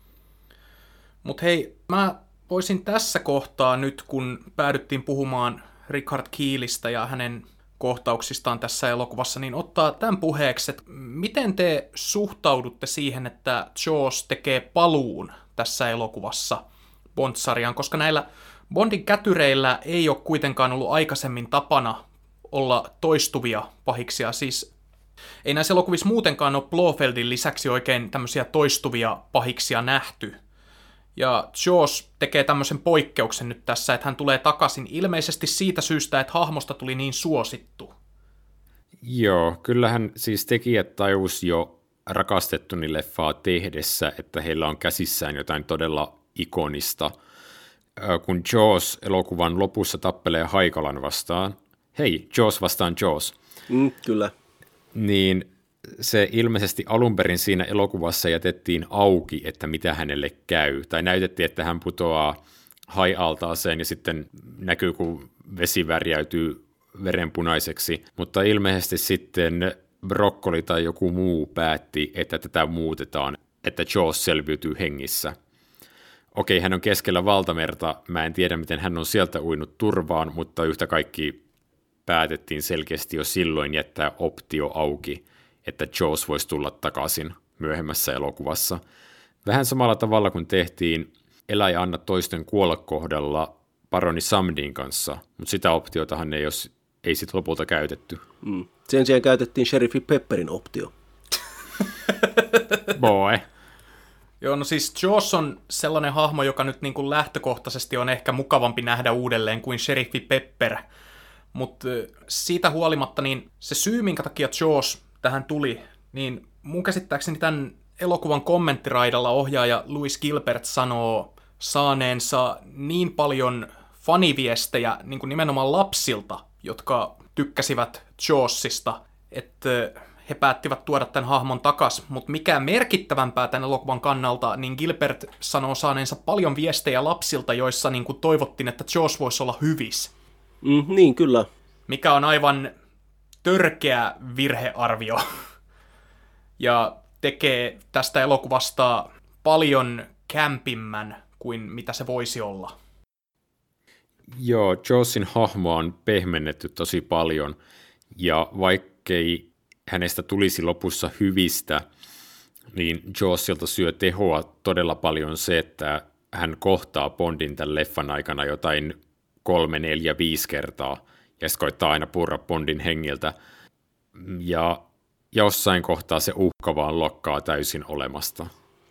Mutta hei, mä voisin tässä kohtaa nyt, kun päädyttiin puhumaan Richard Keelistä ja hänen kohtauksistaan tässä elokuvassa, niin ottaa tämän puheeksi, että miten te suhtaudutte siihen, että Jaws tekee paluun tässä elokuvassa Bond-sarjaan, koska näillä Bondin kätyreillä ei ole kuitenkaan ollut aikaisemmin tapana olla toistuvia pahiksia. Siis ei näissä elokuvissa muutenkaan ole Blofeldin lisäksi oikein tämmöisiä toistuvia pahiksia nähty. Ja Jaws tekee tämmöisen poikkeuksen nyt tässä, että hän tulee takaisin ilmeisesti siitä syystä, että hahmosta tuli niin suosittu. Joo, kyllähän siis tekijät tajus jo Rakastettuni leffaa tehdessä, että heillä on käsissään jotain todella ikonista. Kun Jaws elokuvan lopussa tappelee Haikalan vastaan, hei, Jaws vastaan Jaws. Mm, kyllä. Niin se ilmeisesti alun perin siinä elokuvassa jätettiin auki, että mitä hänelle käy. Tai näytettiin, että hän putoaa hai-altaaseen ja sitten näkyy, kun vesi värjäytyy verenpunaiseksi. Mutta ilmeisesti sitten Broccoli tai joku muu päätti, että tätä muutetaan, että Jaws selviytyy hengissä. Okei, hän on keskellä valtamerta. Mä en tiedä, miten hän on sieltä uinut turvaan, mutta yhtä kaikki päätettiin selkeästi jo silloin jättää optio auki, että Jaws voisi tulla takaisin myöhemmässä elokuvassa. Vähän samalla tavalla kuin tehtiin Elä ja anna toisten kuolla kohdalla paroni Samdin kanssa, mutta sitä optiotahan ei, jos, ei sit lopulta käytetty. Mm. Sen sijaan käytettiin Sheriffi Pepperin optio. Boy. Joo, no siis Jaws on sellainen hahmo, joka nyt niin kuin lähtökohtaisesti on ehkä mukavampi nähdä uudelleen kuin Sheriffi Pepper, mutta siitä huolimatta niin se syy, minkä takia Jaws tähän tuli, niin mun käsittääkseni tämän elokuvan kommenttiraidalla ohjaaja Louis Gilbert sanoo saaneensa niin paljon faniviestejä niin kuin nimenomaan lapsilta, jotka tykkäsivät Jawsista, että he päättivät tuoda tämän hahmon takas, mutta mikä merkittävämpää tämän elokuvan kannalta, niin Gilbert sanoo saaneensa paljon viestejä lapsilta, joissa niin kuin toivottiin, että Jaws voisi olla hyvis. Mm, niin, kyllä. Mikä on aivan törkeä virhearvio. Ja tekee tästä elokuvasta paljon kämpimmän kuin mitä se voisi olla. Joo, Jawsin hahmoa on pehmennetty tosi paljon, ja vaikkei hänestä tulisi lopussa hyvistä, niin Jawsilta syö tehoa todella paljon se, että hän kohtaa Bondin tämän leffan aikana jotain kolme, neljä, viisi kertaa, ja se koittaa aina purra Bondin hengiltä, ja jossain kohtaa se uhka vaan lokkaa täysin olemasta.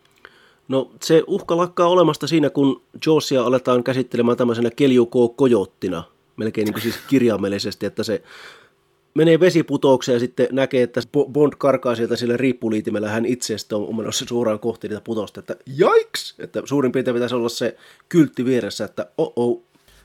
No se uhka lakkaa olemasta siinä, kun Jawsia aletaan käsittelemään tämmöisenä keljuko-kojottina, melkein niin kuin siis kirjaimellisesti, että se menee vesiputoukseen ja sitten näkee, että Bond karkaa sieltä sillä riippuliitimellä, hän itse sitten on menossa suoraan kohti niitä putousta, että jaiks! Että suurin piirtein pitäisi olla se kyltti vieressä, että oh-oh.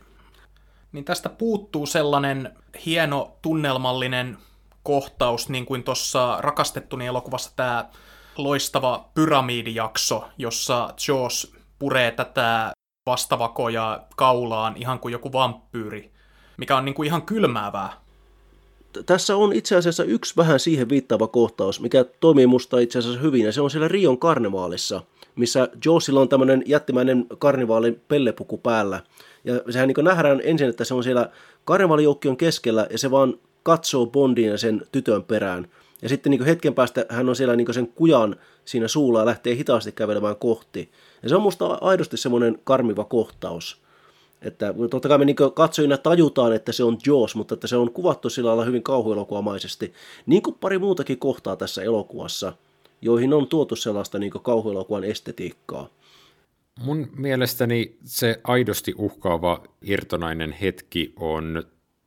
Niin tästä puuttuu sellainen hieno tunnelmallinen kohtaus, niin kuin tuossa Rakastettuni elokuvassa tämä loistava pyramidijakso, jossa Jaws puree tätä vastavakoja kaulaan ihan kuin joku vampyyri, mikä on niin kuin ihan kylmäävää. Tässä on itse asiassa yksi vähän siihen viittaava kohtaus, mikä toimii musta itse asiassa hyvin, ja se on siellä Rion karnevaalissa, missä Jawsilla on tämmöinen jättimäinen karnevaalin pellepuku päällä. Ja sehän niin nähdään ensin, että se on siellä karnevaalijoukkion keskellä, ja se vaan katsoo Bondin ja sen tytön perään. Ja sitten niin hetken päästä hän on siellä niin sen kujan siinä suulla ja lähtee hitaasti kävelemään kohti. Ja se on musta aidosti semmoinen karmiva kohtaus. Että totta kai me niin katsojina tajutaan, että se on Jaws, mutta että se on kuvattu sillä lailla hyvin kauhuelokuvamaisesti. Niin kuin pari muutakin kohtaa tässä elokuvassa, joihin on tuotu sellaista niin kauhuelokuvan estetiikkaa. Mun mielestäni se aidosti uhkaava irtonainen hetki on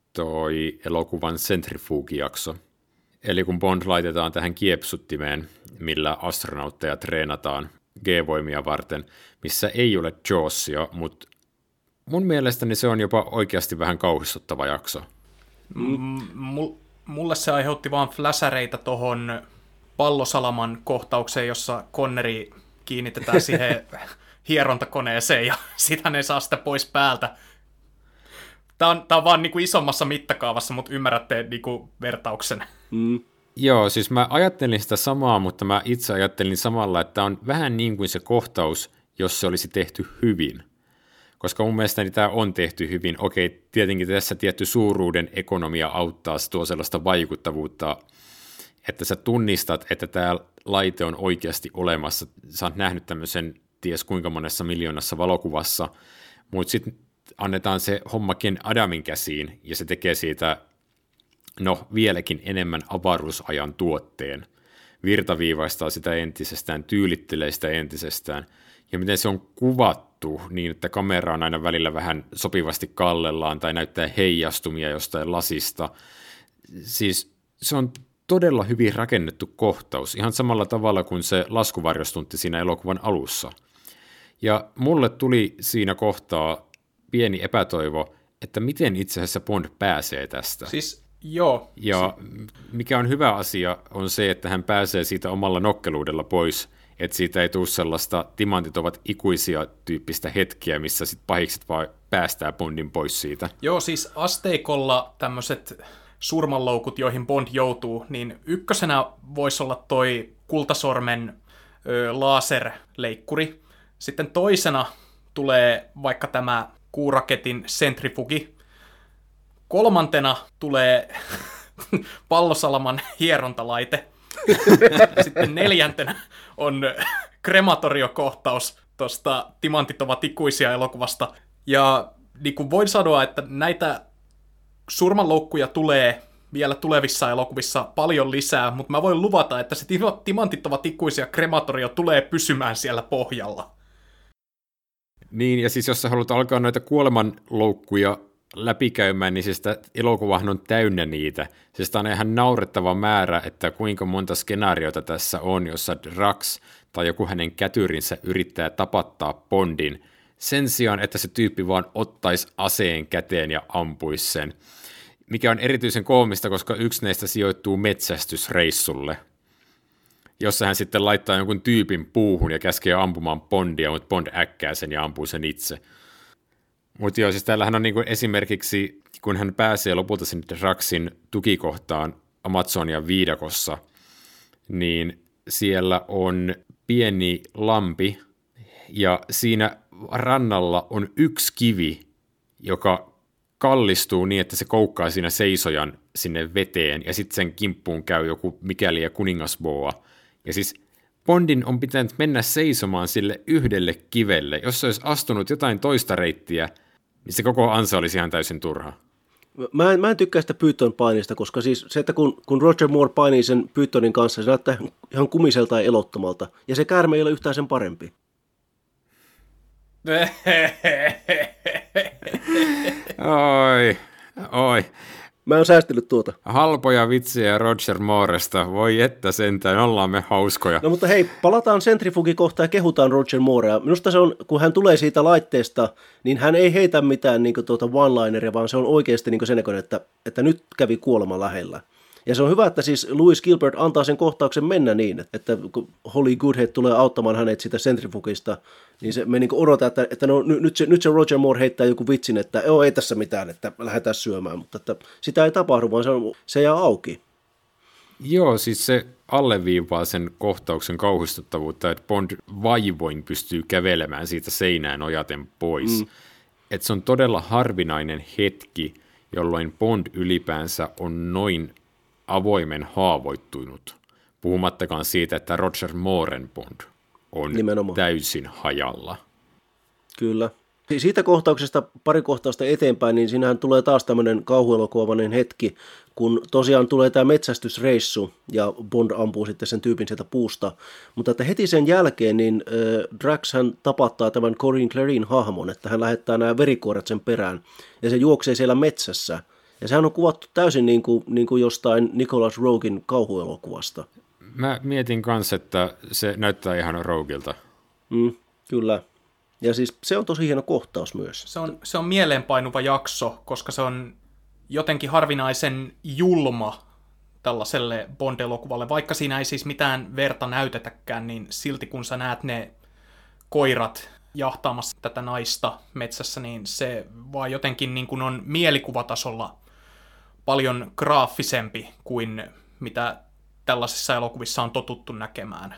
toi elokuvan Centrifuge-jakso. Eli kun Bond laitetaan tähän kiepsuttimeen, millä astronautteja treenataan G-voimia varten, missä ei ole Jawsia, mutta mun mielestäni se on jopa oikeasti vähän kauhistuttava jakso. Mm. Mulle se aiheutti vaan fläsäreitä tohon pallosalaman kohtaukseen, jossa Conneri kiinnitetään siihen hierontakoneeseen ja sitä ne saa sitä pois päältä. Tämä on, tää on vaan niinku isommassa mittakaavassa, mutta ymmärrätte niinku vertauksen. Mm. Joo, siis mä ajattelin sitä samaa, mutta mä itse ajattelin samalla, että on vähän niin kuin se kohtaus, jos se olisi tehty hyvin. Koska mun mielestäni tämä on tehty hyvin. Okei, tietenkin tässä tietty suuruuden ekonomia auttaa, se tuo sellaista vaikuttavuutta, että sä tunnistat, että tämä laite on oikeasti olemassa. Sä oot nähnyt tämmöisen ties kuinka monessa miljoonassa valokuvassa, mutta sitten annetaan se hommakin Adamin käsiin, ja se tekee siitä no vieläkin enemmän avaruusajan tuotteen. Virtaviivaistaa sitä entisestään, tyylittelee sitä entisestään, ja miten se on kuvattu niin, että kamera on aina välillä vähän sopivasti kallellaan tai näyttää heijastumia jostain lasista. Siis se on todella hyvin rakennettu kohtaus, ihan samalla tavalla kuin se laskuvarjostunti siinä elokuvan alussa. Ja mulle tuli siinä kohtaa pieni epätoivo, että miten itse asiassa Bond pääsee tästä. Siis joo. Ja mikä on hyvä asia on se, että hän pääsee siitä omalla nokkeluudella pois, että siitä ei tule sellaista timantit ovat ikuisia tyyppistä hetkiä, missä sit pahikset vaan päästää Bondin pois siitä. Joo, siis asteikolla tämmöiset surmanloukut, joihin Bond joutuu, niin ykkösenä voisi olla toi kultasormen ö, laserleikkuri. Sitten toisena tulee vaikka tämä kuuraketin sentrifugi. Kolmantena tulee pallosalaman hierontalaite. Sitten neljäntenä on krematoriokohtaus tuosta Timantit ovat ikuisia -elokuvasta. Ja niin kuin voin sanoa, että näitä surmanloukkuja tulee vielä tulevissa elokuvissa paljon lisää, mutta mä voin luvata, että se Timantit ovat ikuisia -krematorio tulee pysymään siellä pohjalla. Niin, ja siis jos sä haluat alkaa noita kuolemanloukkuja läpikäymään, niin siis elokuvahan on täynnä niitä. Siis on ihan naurettava määrä, että kuinka monta skenaariota tässä on, jossa Drax tai joku hänen kätyrinsä yrittää tapattaa Bondin, sen sijaan, että se tyyppi vaan ottaisi aseen käteen ja ampuisi sen. Mikä on erityisen koomista, koska yksi näistä sijoittuu metsästysreissulle, jossa hän sitten laittaa jonkun tyypin puuhun ja käskee ampumaan Bondia, mutta Bond äkkää sen ja ampuu sen itse. Mutta joo, siis täällähän on niinku esimerkiksi, kun hän pääsee lopulta sinne Draxin tukikohtaan Amazonian viidakossa, niin siellä on pieni lampi, ja siinä rannalla on yksi kivi, joka kallistuu niin, että se koukkaa siinä seisojan sinne veteen, ja sitten sen kimppuun käy joku mikäli ja kuningasboa. Ja siis Bondin on pitänyt mennä seisomaan sille yhdelle kivelle. Jos se olisi astunut jotain toista reittiä, niin se koko ansa olisi ihan täysin turha. Mä en, mä en tykkää sitä Python painista, koska siis se, että kun, kun Roger Moore painii sen Pythonin kanssa, se näyttää ihan kumiselta ja elottomalta. Ja se käärme ei ole yhtään sen parempi. Oi, oi. Mä oon säästellyt tuota. Halpoja vitsejä Roger Mooresta. Voi että sentään, ollaan me hauskoja. No mutta hei, palataan sentrifugikohtaan ja kehutaan Roger Moorea. Minusta se on, kun hän tulee siitä laitteesta, niin hän ei heitä mitään niin kuin, tuota one-lineria, vaan se on oikeasti niin kuin sen näköinen, että, että nyt kävi kuolema lähellä. Ja se on hyvä, että siis Louis Gilbert antaa sen kohtauksen mennä niin, että kun Holly Goodhead tulee auttamaan hänet siitä sentrifugista, niin se, me niin odotetaan, että, että no, nyt, se, nyt se Roger Moore heittää joku vitsin, että joo, ei tässä mitään, että lähdetään syömään, mutta että sitä ei tapahdu, vaan se, on, se jää auki. Joo, siis se alleviivaa sen kohtauksen kauhistuttavuutta, että Bond vaivoin pystyy kävelemään siitä seinään nojaten pois. Mm. Että se on todella harvinainen hetki, jolloin Bond ylipäänsä on noin avoimen haavoittunut, puhumattakaan siitä, että Roger Mooren Bond on nimenomaan täysin hajalla. Kyllä. Siitä kohtauksesta pari kohtausta eteenpäin, niin siinähän tulee taas tämmöinen kauhuelokuvamainen hetki, kun tosiaan tulee tämä metsästysreissu ja Bond ampuu sitten sen tyypin sieltä puusta. Mutta että heti sen jälkeen niin äh, Drax hän tapattaa tämän Corinne Clarin hahmon, että hän lähettää nämä verikuoret sen perään ja se juoksee siellä metsässä. Ja sehän on kuvattu täysin niin kuin, niin kuin jostain Nicholas Roegin kauhuelokuvasta. Mä mietin kanssa, että se näyttää ihan Roegilta. Mm, kyllä. Ja siis se on tosi hieno kohtaus myös. Se on, se on mieleenpainuva jakso, koska se on jotenkin harvinaisen julma tällaiselle Bond-elokuvalle. Vaikka siinä ei siis mitään verta näytetäkään, niin silti kun sä näet ne koirat jahtaamassa tätä naista metsässä, niin se vaan jotenkin niin kuin on mielikuvatasolla paljon graafisempi kuin mitä tällaisissa elokuvissa on totuttu näkemään.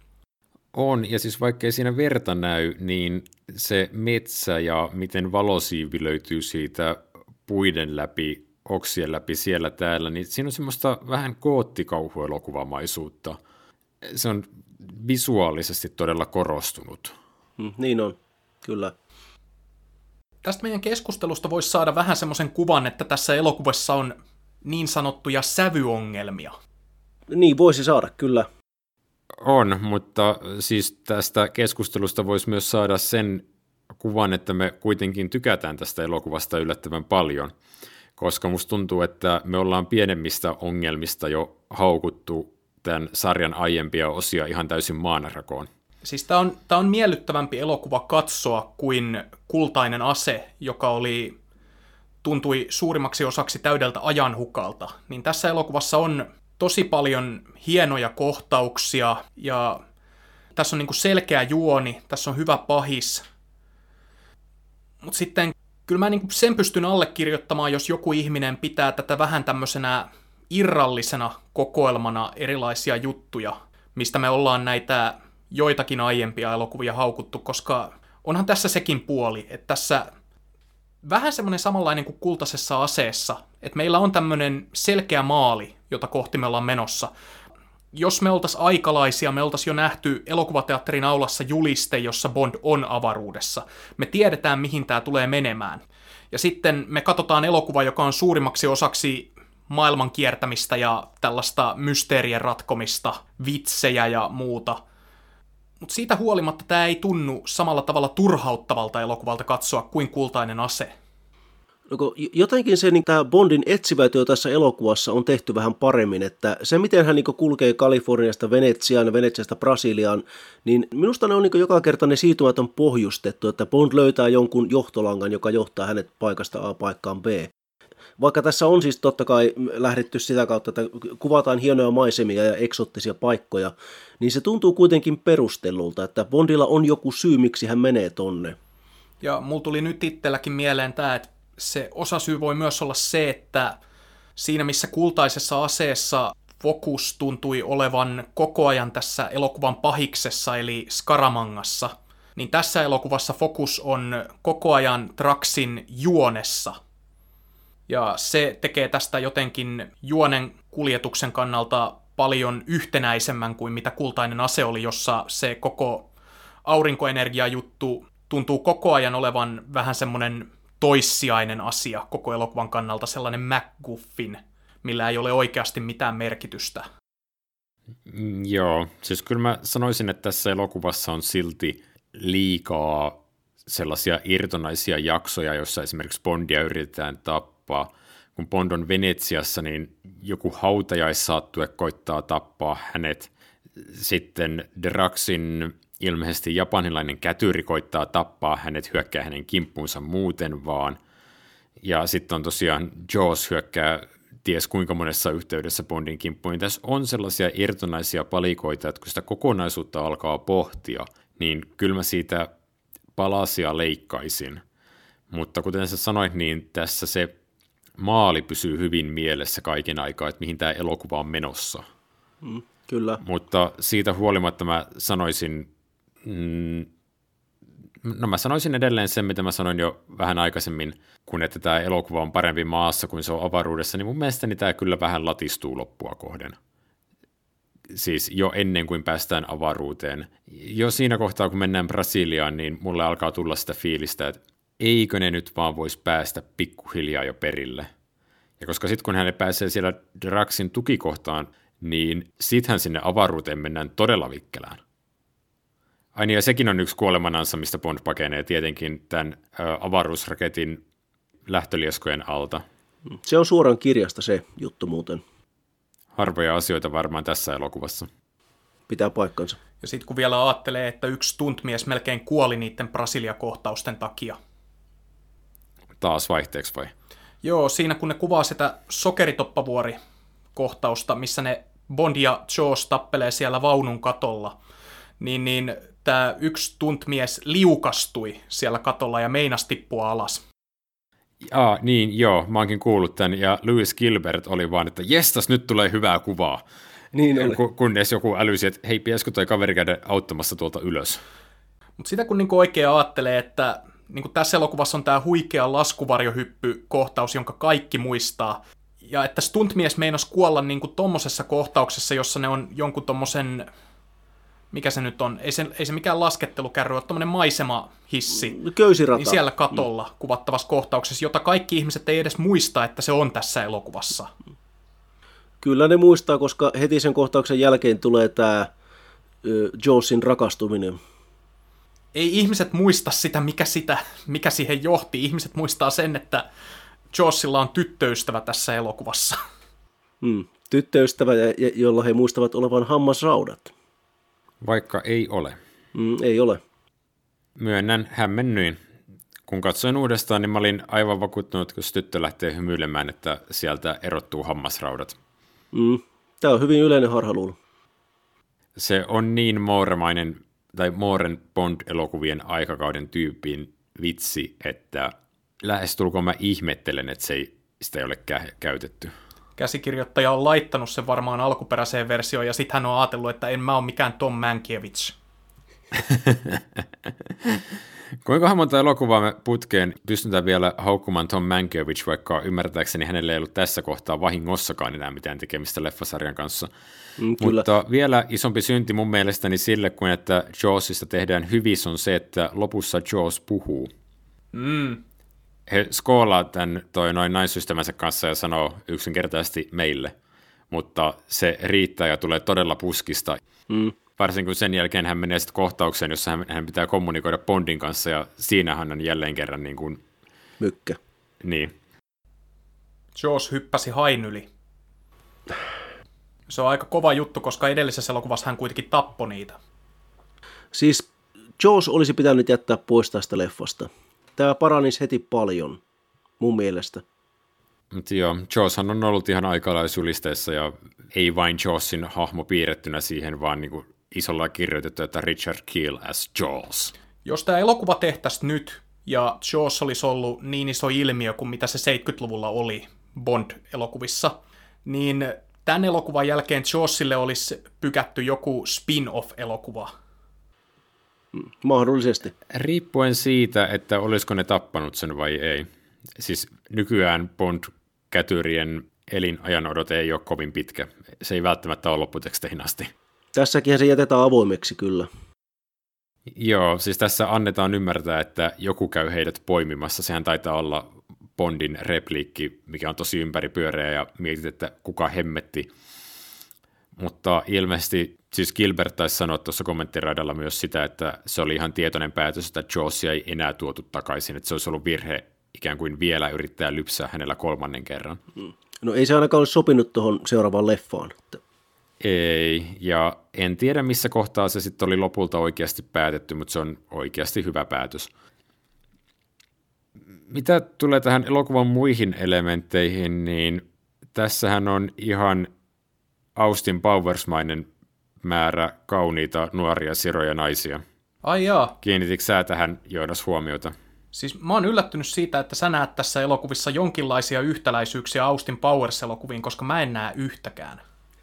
On, ja siis vaikkei siinä verta näy, niin se metsä ja miten valosiivi löytyy siitä puiden läpi, oksien läpi siellä täällä, niin siinä on semmoista vähän koottikauhuelokuvamaisuutta. Se on visuaalisesti todella korostunut. Mm, niin on, kyllä. Tästä meidän keskustelusta voisi saada vähän semmoisen kuvan, että tässä elokuvassa on niin sanottuja sävyongelmia. Niin, voisi saada, kyllä. On, mutta siis tästä keskustelusta voisi myös saada sen kuvan, että me kuitenkin tykätään tästä elokuvasta yllättävän paljon, koska musta tuntuu, että me ollaan pienemmistä ongelmista jo haukuttu tämän sarjan aiempia osia ihan täysin maanrakoon. Siis tämä on, tää on miellyttävämpi elokuva katsoa kuin Kultainen ase, joka oli, tuntui suurimmaksi osaksi täydeltä ajanhukalta. Niin tässä elokuvassa on tosi paljon hienoja kohtauksia ja tässä on niinku selkeä juoni, tässä on hyvä pahis. Mutta sitten kyllä mä niinku sen pystyn allekirjoittamaan, jos joku ihminen pitää tätä vähän tämmöisenä irrallisena kokoelmana erilaisia juttuja, mistä me ollaan näitä joitakin aiempia elokuvia haukuttu, koska onhan tässä sekin puoli, että tässä vähän semmoinen samanlainen kuin Kultaisessa aseessa, että meillä on tämmöinen selkeä maali, jota kohti me ollaan menossa. Jos me oltaisiin aikalaisia, me oltaisiin jo nähty elokuvateatterin aulassa juliste, jossa Bond on avaruudessa. Me tiedetään, mihin tämä tulee menemään. Ja sitten me katsotaan elokuva, joka on suurimmaksi osaksi maailman kiertämistä ja tällaista mysteerien ratkomista, vitsejä ja muuta. Mutta siitä huolimatta tämä ei tunnu samalla tavalla turhauttavalta elokuvalta katsoa kuin Kultainen ase. No, jotenkin se, niin tämä Bondin etsivä työ tässä elokuvassa on tehty vähän paremmin, että se miten hän niin kulkee Kaliforniasta Venetsiaan ja Venetsiasta Brasiliaan, niin minusta ne on niin joka kerta ne siirtymät on pohjustettu, että Bond löytää jonkun johtolangan, joka johtaa hänet paikasta A paikkaan B. Vaikka tässä on siis totta kai lähdetty sitä kautta, että kuvataan hienoja maisemia ja eksottisia paikkoja, niin se tuntuu kuitenkin perustellulta, että Bondilla on joku syy, miksi hän menee tonne. Ja mulla tuli nyt itselläkin mieleen tämä, että se osasyy voi myös olla se, että siinä missä Kultaisessa aseessa fokus tuntui olevan koko ajan tässä elokuvan pahiksessa, eli Scaramangassa, niin tässä elokuvassa fokus on koko ajan Draxin juonessa. Ja se tekee tästä jotenkin juonen kuljetuksen kannalta paljon yhtenäisemmän kuin mitä Kultainen ase oli, jossa se koko aurinkoenergiajuttu tuntuu koko ajan olevan vähän semmoinen toissijainen asia koko elokuvan kannalta, sellainen MacGuffin, millä ei ole oikeasti mitään merkitystä. Mm, joo, siis kyllä mä sanoisin, että tässä elokuvassa on silti liikaa sellaisia irtonaisia jaksoja, joissa esimerkiksi Bondia yritetään tappaa. Kun Bond on Venetsiassa, niin joku hautajaissaattue koittaa tappaa hänet. Sitten Draxin ilmeisesti japanilainen kätyri koittaa tappaa hänet, hyökkää hänen kimppuunsa muuten vaan. Ja sitten on tosiaan Jaws hyökkää ties kuinka monessa yhteydessä Bondin kimppuun. Tässä on sellaisia irtonaisia palikoita, että kun sitä kokonaisuutta alkaa pohtia, niin kyllä mä siitä palasia leikkaisin. Mutta kuten sä sanoit, niin tässä se maali pysyy hyvin mielessä kaiken aikaa, että mihin tämä elokuva on menossa. Mm, kyllä. Mutta siitä huolimatta mä sanoisin, mm, no mä sanoisin edelleen sen, mitä mä sanoin jo vähän aikaisemmin, kun että tämä elokuva on parempi maassa kuin se on avaruudessa, niin mun mielestäni tämä kyllä vähän latistuu loppua kohden. Siis jo ennen kuin päästään avaruuteen. Jo siinä kohtaa, kun mennään Brasiliaan, niin mulle alkaa tulla sitä fiilistä, että eikö ne nyt vaan voisi päästä pikkuhiljaa jo perille. Ja koska sitten kun hän pääsee siellä Draxin tukikohtaan, niin sittenhän sinne avaruuteen mennään todella vikkelään. Ai niin, ja sekin on yksi kuolemanansa, mistä Bond pakenee tietenkin tämän ä, avaruusraketin lähtölieskojen alta. Se on suoraan kirjasta se juttu muuten. Harvoja asioita varmaan tässä elokuvassa. Pitää paikkansa. Ja sitten kun vielä ajattelee, että yksi stuntmies melkein kuoli niiden Brasilia-kohtausten takia. Taas vaihteeksi vai? Joo, siinä kun ne kuvaa sitä Sokeritoppavuori-kohtausta, missä ne Bond ja Jaws tappelee siellä vaunun katolla, niin, niin tämä yksi stuntmies liukastui siellä katolla ja meinasi tippua alas. Aa, niin joo, mä oonkin kuullut tämän, ja Lewis Gilbert oli vaan, että jestas, nyt tulee hyvää kuvaa. Niin oli. Kunnes joku älysi, että hei, pitäisikö toi kaveri käydä auttamassa tuolta ylös. Mutta sitä kun niinku oikein ajattelee, että niinku tässä elokuvassa on tämä huikea laskuvarjohyppy-kohtaus, jonka kaikki muistaa, ja että stuntmies meinasi kuolla niinku tommosessa kohtauksessa, jossa ne on jonkun tommosen, mikä se nyt on, ei se, ei se mikään laskettelukärry ole, tommonen maisemahissi. Köysirata. Niin siellä katolla mm. kuvattavassa kohtauksessa, jota kaikki ihmiset ei edes muista, että se on tässä elokuvassa. Kyllä ne muistaa, koska heti sen kohtauksen jälkeen tulee tämä Jawsin rakastuminen. Ei ihmiset muista sitä mikä, sitä, mikä siihen johti. Ihmiset muistaa sen, että Jawsilla on tyttöystävä tässä elokuvassa. Hmm. Tyttöystävä, jolla he muistavat olevan hammasraudat. Vaikka ei ole. Mm, ei ole. Myönnän, hämmennyin. Kun katsoin uudestaan, niin mä olin aivan vakuuttunut, kun tyttö lähtee hymyilemään, että sieltä erottuu hammasraudat. Mm. Tämä on hyvin yleinen harhaluulo. Se on niin Mooremainen, tai Mooren Bond-elokuvien aikakauden tyypin vitsi, että lähestulkoon mä ihmettelen, että se ei, sitä ei ole kä- käytetty. Käsikirjoittaja on laittanut sen varmaan alkuperäiseen versioon, ja sitten hän on ajatellut, että en mä ole mikään Tom Mankiewicz. Kuinka monta elokuvaa me putkeen pystytään vielä haukkumaan Tom Mankiewicz, vaikka ymmärtääkseni hänelle ei ollut tässä kohtaa vahingossakaan enää mitään tekemistä leffasarjan kanssa. Mm, Mutta vielä isompi synti mun mielestäni sille, kuin että Jawsista tehdään hyvissä, on se, että lopussa Jaws puhuu. Mm. He skoolaa tämän toi noin naisystävänsä kanssa ja sanoo yksinkertaisesti meille, mutta se riittää ja tulee todella puskista. Mm. Varsinkin kun sen jälkeen hän menee sitten kohtaukseen, jossa hän, hän pitää kommunikoida Bondin kanssa, ja siinä hän on jälleen kerran niin kuin... Mykkä. Niin. Jaws hyppäsi hain yli. Se on aika kova juttu, koska edellisessä elokuvassa hän kuitenkin tappoi niitä. Siis Jaws olisi pitänyt jättää pois tästä leffasta. Tämä paranisi heti paljon, mun mielestä. Mutta joo, Jawshan on ollut ihan aikalaisulisteessa, ja ei vain Jawsin hahmo piirrettynä siihen, vaan niinku isolla kirjoitettu, että Richard Kiel as Jaws. Jos tämä elokuva tehtäisiin nyt, ja Jaws olisi ollut niin iso ilmiö kuin mitä se seitsemänkymmentäluvulla oli Bond-elokuvissa, niin tämän elokuvan jälkeen Jawsille olisi pykätty joku spin-off-elokuva. Mahdollisesti. Riippuen siitä, että olisiko ne tappanut sen vai ei. Siis nykyään Bond-kätyrien elinajan odote ei ole kovin pitkä. Se ei välttämättä ole lopputeksteihin asti. Tässäkin se jätetään avoimeksi kyllä. Joo, siis tässä annetaan ymmärtää, että joku käy heidät poimimassa. Sehän taitaa olla Bondin repliikki, mikä on tosi ympäripyöreä, ja mietit, että kuka hemmetti. Mutta ilmeisesti, siis Gilbert taisi sanoa tuossa kommenttiraidalla myös sitä, että se oli ihan tietoinen päätös, että Jawsia ei enää tuotu takaisin, että se olisi ollut virhe ikään kuin vielä yrittää lypsää hänellä kolmannen kerran. No ei se ainakaan ole sopinut tuohon seuraavaan leffaan. Ei, ja en tiedä missä kohtaa se sitten oli lopulta oikeasti päätetty, mutta se on oikeasti hyvä päätös. Mitä tulee tähän elokuvan muihin elementteihin, niin tässähän on ihan Austin Powers-mainen määrä kauniita nuoria siroja naisia. Ai jaa. Kiinnititkö sä tähän Joonas huomiota? Siis mä oon yllättynyt siitä, että sä näet tässä elokuvissa jonkinlaisia yhtäläisyyksiä Austin Powers-elokuviin, koska mä en näe yhtäkään.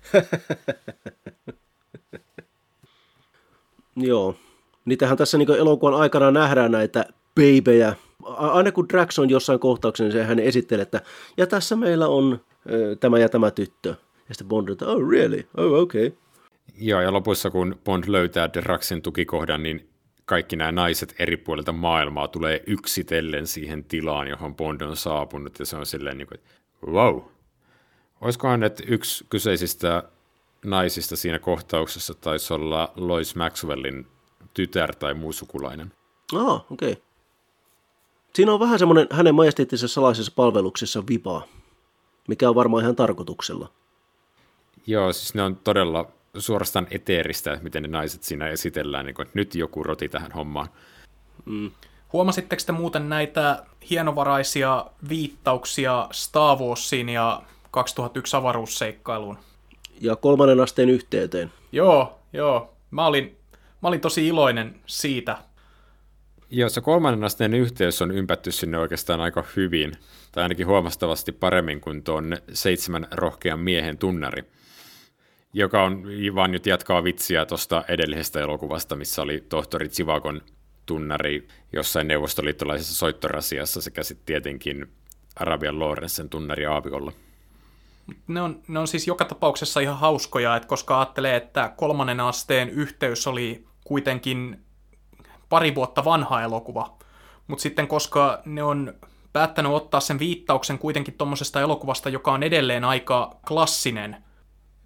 Joo. Niitähän tässä niin elokuvan aikana nähdään näitä babyjä. Aina kun Drax on jossain kohtauksen, niin hän esittelee, että ja tässä meillä on ö, tämä ja tämä tyttö. Ja sitten Bond, että oh really? Oh okay. Joo, ja lopussa kun Bond löytää Draxin tukikohdan, niin kaikki nämä naiset eri puolilta maailmaa tulee yksitellen siihen tilaan, johon Bond on saapunut, ja se on silleen niin kuin, että wow. Olisikohan, että yksi kyseisistä naisista siinä kohtauksessa taisi olla Lois Maxwellin tytär tai muu sukulainen? Ah, okei. Okay. Siinä on vähän semmoinen hänen majesteettisessa salaisessa palveluksessa vipaa, mikä on varmaan ihan tarkoituksella. Joo, siis ne on todella suorastaan eteeristä, että miten ne naiset siinä esitellään, niin kuin, että nyt joku roti tähän hommaan. Mm. Huomasitteko te muuten näitä hienovaraisia viittauksia Star Warsiin ja kaksituhattayksi avaruusseikkailuun? Ja kolmannen asteen yhteyteen. Joo, joo. Mä olin, mä olin tosi iloinen siitä. Joo, se kolmannen asteen yhteys on ympätty sinne oikeastaan aika hyvin, tai ainakin huomattavasti paremmin kuin tuon seitsemän rohkean miehen tunnari, joka on vaan nyt jatkaa vitsiä tuosta edellisestä elokuvasta, missä oli tohtori Zivakon tunnari jossain neuvostoliittolaisessa soittorasiassa sekä sitten tietenkin Arabian Lorenzen tunnari aavikolla. Ne on, ne on siis joka tapauksessa ihan hauskoja, että koska ajattelee, että kolmannen asteen yhteys oli kuitenkin pari vuotta vanha elokuva, mutta sitten koska ne on päättänyt ottaa sen viittauksen kuitenkin tuommoisesta elokuvasta, joka on edelleen aika klassinen,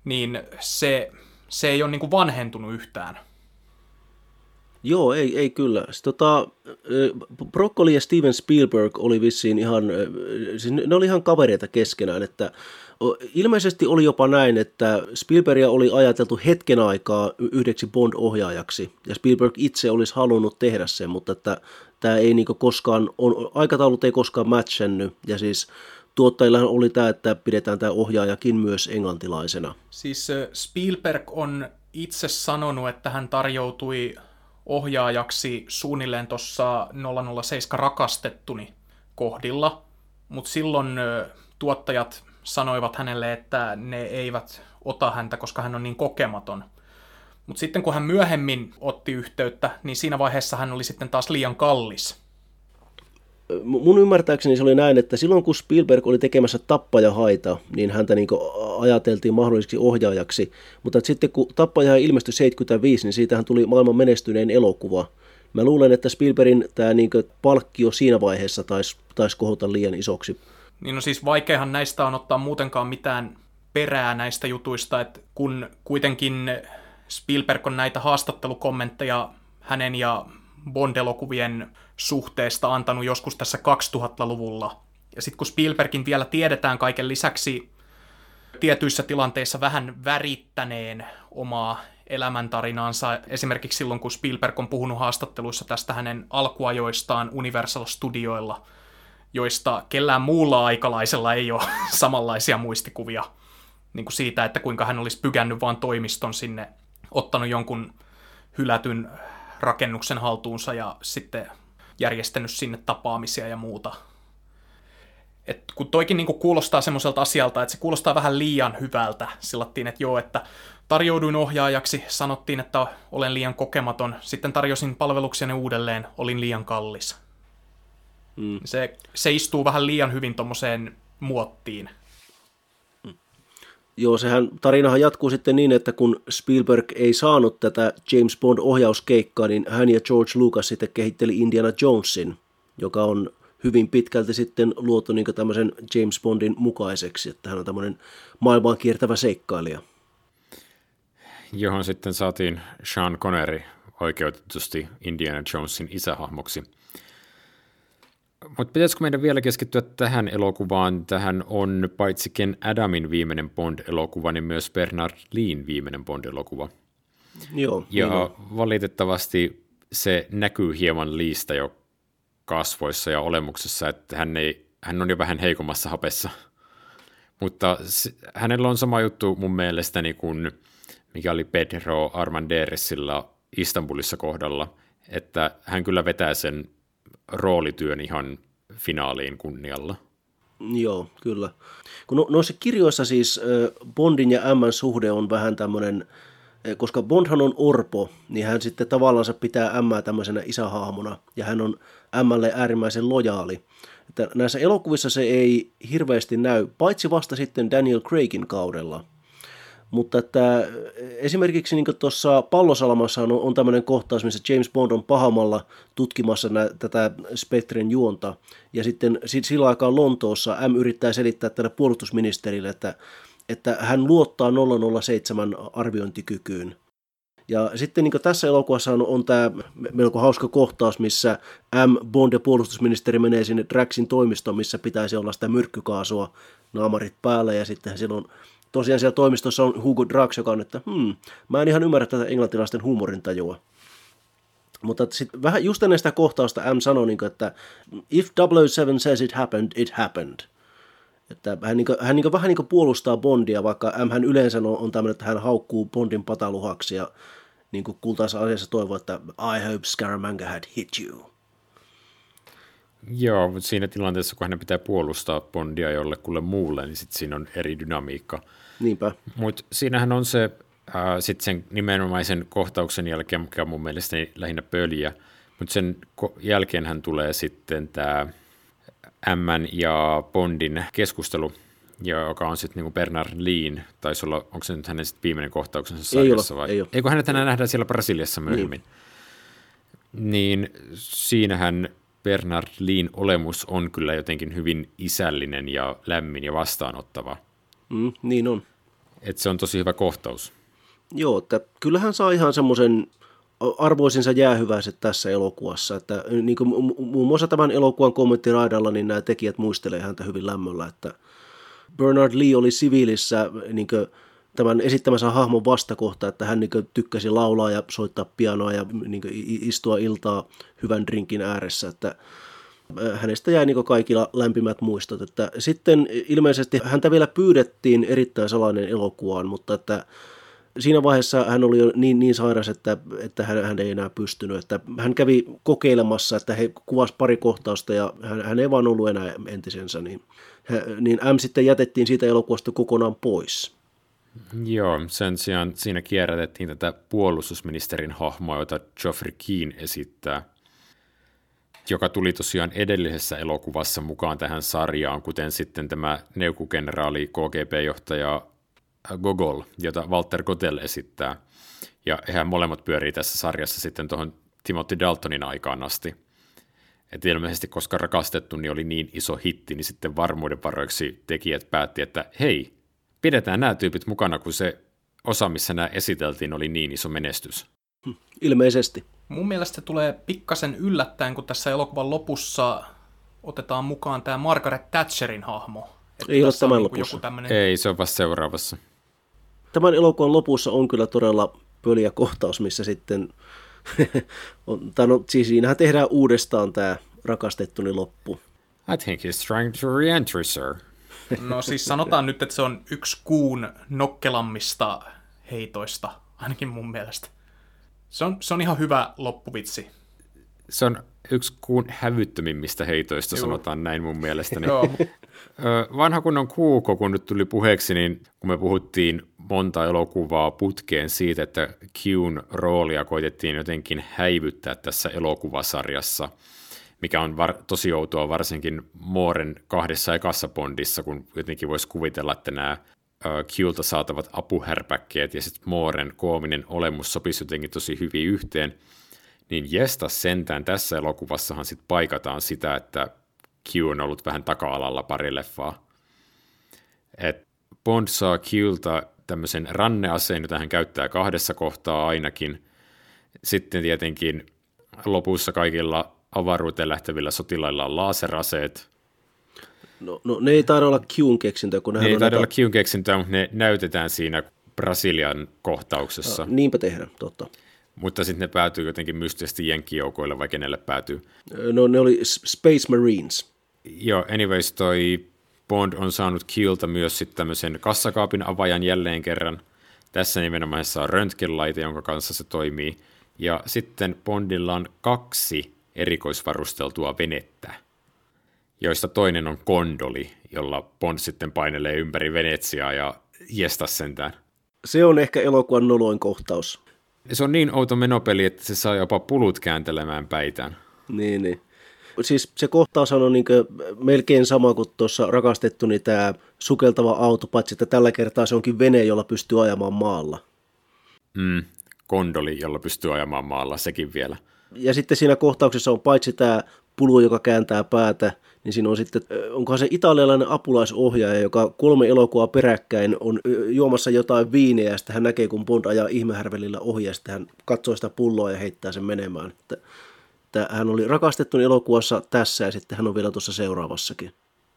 niin se, se ei ole niin kuin vanhentunut yhtään. Joo, ei, ei kyllä. Tota, Broccoli ja Steven Spielberg oli vissiin ihan, siis ne oli ihan kavereita keskenään, että ilmeisesti oli jopa näin, että Spielbergia oli ajateltu hetken aikaa yhdeksi Bond-ohjaajaksi, ja Spielberg itse olisi halunnut tehdä sen, mutta että tämä ei niinku koskaan, on, aikataulut ei koskaan matchennyt, ja siis tuottajillahan oli tämä, että pidetään tämä ohjaajakin myös englantilaisena. Siis Spielberg on itse sanonut, että hän tarjoutui ohjaajaksi suunnilleen tuossa nolla nolla seitsemän Rakastettuni kohdilla, mutta silloin tuottajat sanoivat hänelle, että ne eivät ota häntä, koska hän on niin kokematon. Mutta sitten kun hän myöhemmin otti yhteyttä, niin siinä vaiheessa hän oli sitten taas liian kallis. Mun ymmärtääkseni se oli näin, että silloin kun Spielberg oli tekemässä Tappaja-haita, niin häntä niin ajateltiin mahdolliseksi ohjaajaksi, mutta sitten kun Tappaja ilmestyi seitsemänkymmentäviisi, niin siitähän tuli maailman menestyneen elokuva. Mä luulen, että Spielbergin tämä niin palkkio siinä vaiheessa taisi tais kohota liian isoksi. Niin no siis vaikeahan näistä on ottaa muutenkaan mitään perää näistä jutuista, että kun kuitenkin Spielberg on näitä haastattelukommentteja hänen ja Bond-elokuvien suhteesta antanut joskus tässä kaksituhattaluvulla. Ja sitten kun Spielbergin vielä tiedetään kaiken lisäksi tietyissä tilanteissa vähän värittäneen omaa elämäntarinaansa, esimerkiksi silloin kun Spielberg on puhunut haastatteluissa tästä hänen alkuajoistaan Universal-studioilla, joista kellään muulla aikalaisella ei ole samanlaisia muistikuvia niin kuin siitä, että kuinka hän olisi pygännyt vaan toimiston sinne, ottanut jonkun hylätyn rakennuksen haltuunsa ja sitten järjestänyt sinne tapaamisia ja muuta. Et kun toikin niin kuin kuulostaa semmoiselta asialta, että se kuulostaa vähän liian hyvältä, sillattiin, että joo, että tarjouduin ohjaajaksi, sanottiin, että olen liian kokematon, sitten tarjosin palveluksiani uudelleen, olin liian kallis. Mm. Se, se istuu vähän liian hyvin tommoseen muottiin. Joo, sehän tarinahan jatkuu sitten niin, että kun Spielberg ei saanut tätä James Bond-ohjauskeikkaa, niin hän ja George Lucas sitten kehitteli Indiana Jonesin, joka on hyvin pitkälti sitten luotu niin kuin tämmöisen James Bondin mukaiseksi, että hän on tämmöinen maailmaan kiertävä seikkailija. Johon sitten saatiin Sean Connery oikeutetusti Indiana Jonesin isähahmoksi. Mutta pitäisikö meidän vielä keskittyä tähän elokuvaan? Tähän on paitsi Ken Adamin viimeinen Bond-elokuva, niin myös Bernard Leen viimeinen Bond-elokuva. Joo, ja niin valitettavasti se näkyy hieman Leestä jo kasvoissa ja olemuksessa, että hän, ei, hän on jo vähän heikommassa hapessa. Mutta se, hänellä on sama juttu mun mielestäni kuin mikä oli Pedro Armanderesilla Istanbulissa kohdalla, että hän kyllä vetää sen roolityön ihan finaaliin kunnialla. Joo, kyllä. Kun no, noissa kirjoissa siis Bondin ja Emman suhde on vähän tämmöinen, koska Bondhan on orpo, niin hän sitten tavallaan pitää Emmää tämmöisenä isähahmona, ja hän on Emmälle äärimmäisen lojaali. Että näissä elokuvissa se ei hirveästi näy, paitsi vasta sitten Daniel Craigin kaudella. Mutta että esimerkiksi niin tuossa Pallosalamassa on, on tämmöinen kohtaus, missä James Bond on pahamalla tutkimassa nä, tätä Spectren juonta. Ja sitten sillä aikaa Lontoossa M yrittää selittää tälle puolustusministerille, että, että hän luottaa nolla nolla seitsemän arviointikykyyn. Ja sitten niin tässä elokuvassa on, on tämä melko hauska kohtaus, missä M, Bond ja puolustusministeri menee sinne Draxin toimistoon, missä pitäisi olla sitä myrkkykaasua, naamarit päällä, ja sitten silloin tosiaan siellä toimistossa on Hugo Drax, joka on, että hmm, mä en ihan ymmärrä tätä englantilaisten huumorintajua. Mutta sitten vähän just ennen sitä kohtausta M sanoi, että if double oh seven says it happened, it happened. Että hän, niin kuin, hän niin kuin, vähän niin kuin puolustaa Bondia, vaikka M hän yleensä on, on tämmöinen, että hän haukkuu Bondin pataluhaksi ja niin kuin kultaisessa asiassa toivoo, että I hope Scaramanga had hit you. Joo, mutta siinä tilanteessa, kun hänen pitää puolustaa Bondia jollekulle muulle, niin sitten siinä on eri dynamiikka. Niinpä. Mutta siinähän on se äh, sitten sen nimenomaisen kohtauksen jälkeen, mikä on mun mielestäni lähinnä pöljä, mutta sen ko- jälkeenhän tulee sitten tämä Emmän ja Bondin keskustelu, joka on sitten niinku Bernard Leen, taisi olla, onko se nyt hänen sit viimeinen kohtauksensa sarjassa vai? Ei ole. Eikö hänet enää nähdään siellä Brasiliassa myöhemmin? Niin, niin siinähän Bernard Leen olemus on kyllä jotenkin hyvin isällinen ja lämmin ja vastaanottava. Mm, niin on. Että se on tosi hyvä kohtaus. Joo, että kyllähän saa ihan semmoisen arvoisensa jäähyväiset tässä elokuvassa, että niin kuin muun muassa tämän elokuvan kommenttiraidalla, niin nämä tekijät muistelee häntä hyvin lämmöllä, että Bernard Lee oli siviilissä niin kuin tämän esittämänsä hahmon vastakohta, että hän niin kuin tykkäsi laulaa ja soittaa pianoa ja niin kuin istua iltaa hyvän drinkin ääressä, että hänestä jäi niin kuin kaikilla lämpimät muistot. Että sitten ilmeisesti häntä vielä pyydettiin erittäin salainen elokuvaan, mutta että siinä vaiheessa hän oli jo niin, niin sairas, että, että hän, hän ei enää pystynyt. Että hän kävi kokeilemassa, että he kuvasi pari kohtausta ja hän, hän ei vaan ollut enää entisensä. Niin, niin M sitten jätettiin siitä elokuvasta kokonaan pois. Joo, sen sijaan siinä kierrätettiin tätä puolustusministerin hahmoa, jota Geoffrey Keane esittää, joka tuli tosiaan edellisessä elokuvassa mukaan tähän sarjaan, kuten sitten tämä neukukenraali K G B-johtaja Gogol, jota Walter Gotell esittää. Ja hehän molemmat pyörii tässä sarjassa sitten tuohon Timothy Daltonin aikaan asti. Et ilmeisesti, koska Rakastettu niin oli niin iso hitti, niin sitten varmuuden varoiksi tekijät päätti, että hei, pidetään nämä tyypit mukana, kun se osa, missä nämä esiteltiin, oli niin iso menestys. Ilmeisesti. Mun mielestä tulee pikkasen yllättäen, kun tässä elokuvan lopussa otetaan mukaan tämä Margaret Thatcherin hahmo. Että ei ole tämän lopussa. Tämmönen... Ei, se on vasta seuraavassa. Tämän elokuvan lopussa on kyllä todella pöliä kohtaus, missä sitten, on, no, siis siinähän tehdään uudestaan tämä Rakastettuni loppu. I think he's trying to re-enter, sir. No siis sanotaan nyt, että se on yksi kuun nokkelammista heitoista, ainakin mun mielestä. Se on, se on ihan hyvä loppuvitsi. Se on yksi kuun hävyttömimmistä heitoista, Juu. sanotaan näin mun mielestäni. Vanha kunnon Kuuko, kun nyt tuli puheeksi, niin kun me puhuttiin monta elokuvaa putkeen siitä, että Qn roolia koitettiin jotenkin häivyttää tässä elokuvasarjassa, mikä on var- tosi outoa varsinkin Mooren kahdessa ekassa Bondissa, kun jotenkin voisi kuvitella, että nämä Qlta saatavat apuhärpäkkeet ja sitten Mooren koominen olemus sopisi jotenkin tosi hyvin yhteen, niin jestas sentään tässä elokuvassahan sitten paikataan sitä, että Q on ollut vähän taka-alalla pari leffaa. Et Bond saa Qlta tämmöisen ranneaseen, jota hän käyttää kahdessa kohtaa ainakin. Sitten tietenkin lopussa kaikilla avaruuteen lähtevillä sotilailla on laaseraseet. No, no ne ei taida olla Qn keksintöä. Kun ne ei taida näitä... olla Qn keksintöä, mutta ne näytetään siinä Brasilian kohtauksessa. No, niinpä tehdään, totta. Mutta sitten ne päätyy jotenkin mystisesti jenkkijoukoille, vai kenelle päätyy? No ne oli Space Marines. Joo, anyways toi Bond on saanut Qlta myös sitten tämmöisen kassakaapin avaajan jälleen kerran. Tässä nimenomaan on röntgenlaite, jonka kanssa se toimii. Ja sitten Bondilla on kaksi erikoisvarusteltua venettä, joista toinen on kondoli, jolla Bond sitten painelee ympäri Venetsiaa ja jestas sentään. Se on ehkä elokuvan noloin kohtaus. Se on niin outo menopeli, että se saa jopa pulut kääntelemään päitään. Niin, niin. Siis se kohtaus on niin melkein sama kuin tuossa Rakastettu, niin tämä sukeltava auto, paitsi että tällä kertaa se onkin vene, jolla pystyy ajamaan maalla. Mm, kondoli, jolla pystyy ajamaan maalla, sekin vielä. Ja sitten siinä kohtauksessa on paitsi tämä pulu, joka kääntää päätä, niin siinä on sitten, onkohan se italialainen apulaisohjaaja, joka kolme elokuvaa peräkkäin on juomassa jotain viineä, ja sitten hän näkee, kun Bond ajaa ihmehärvelillä ohi, ja sitten hän katsoo sitä pulloa ja heittää sen menemään. Että, että hän oli Rakastettu elokuvassa tässä, ja sitten hän on vielä tuossa seuraavassakin.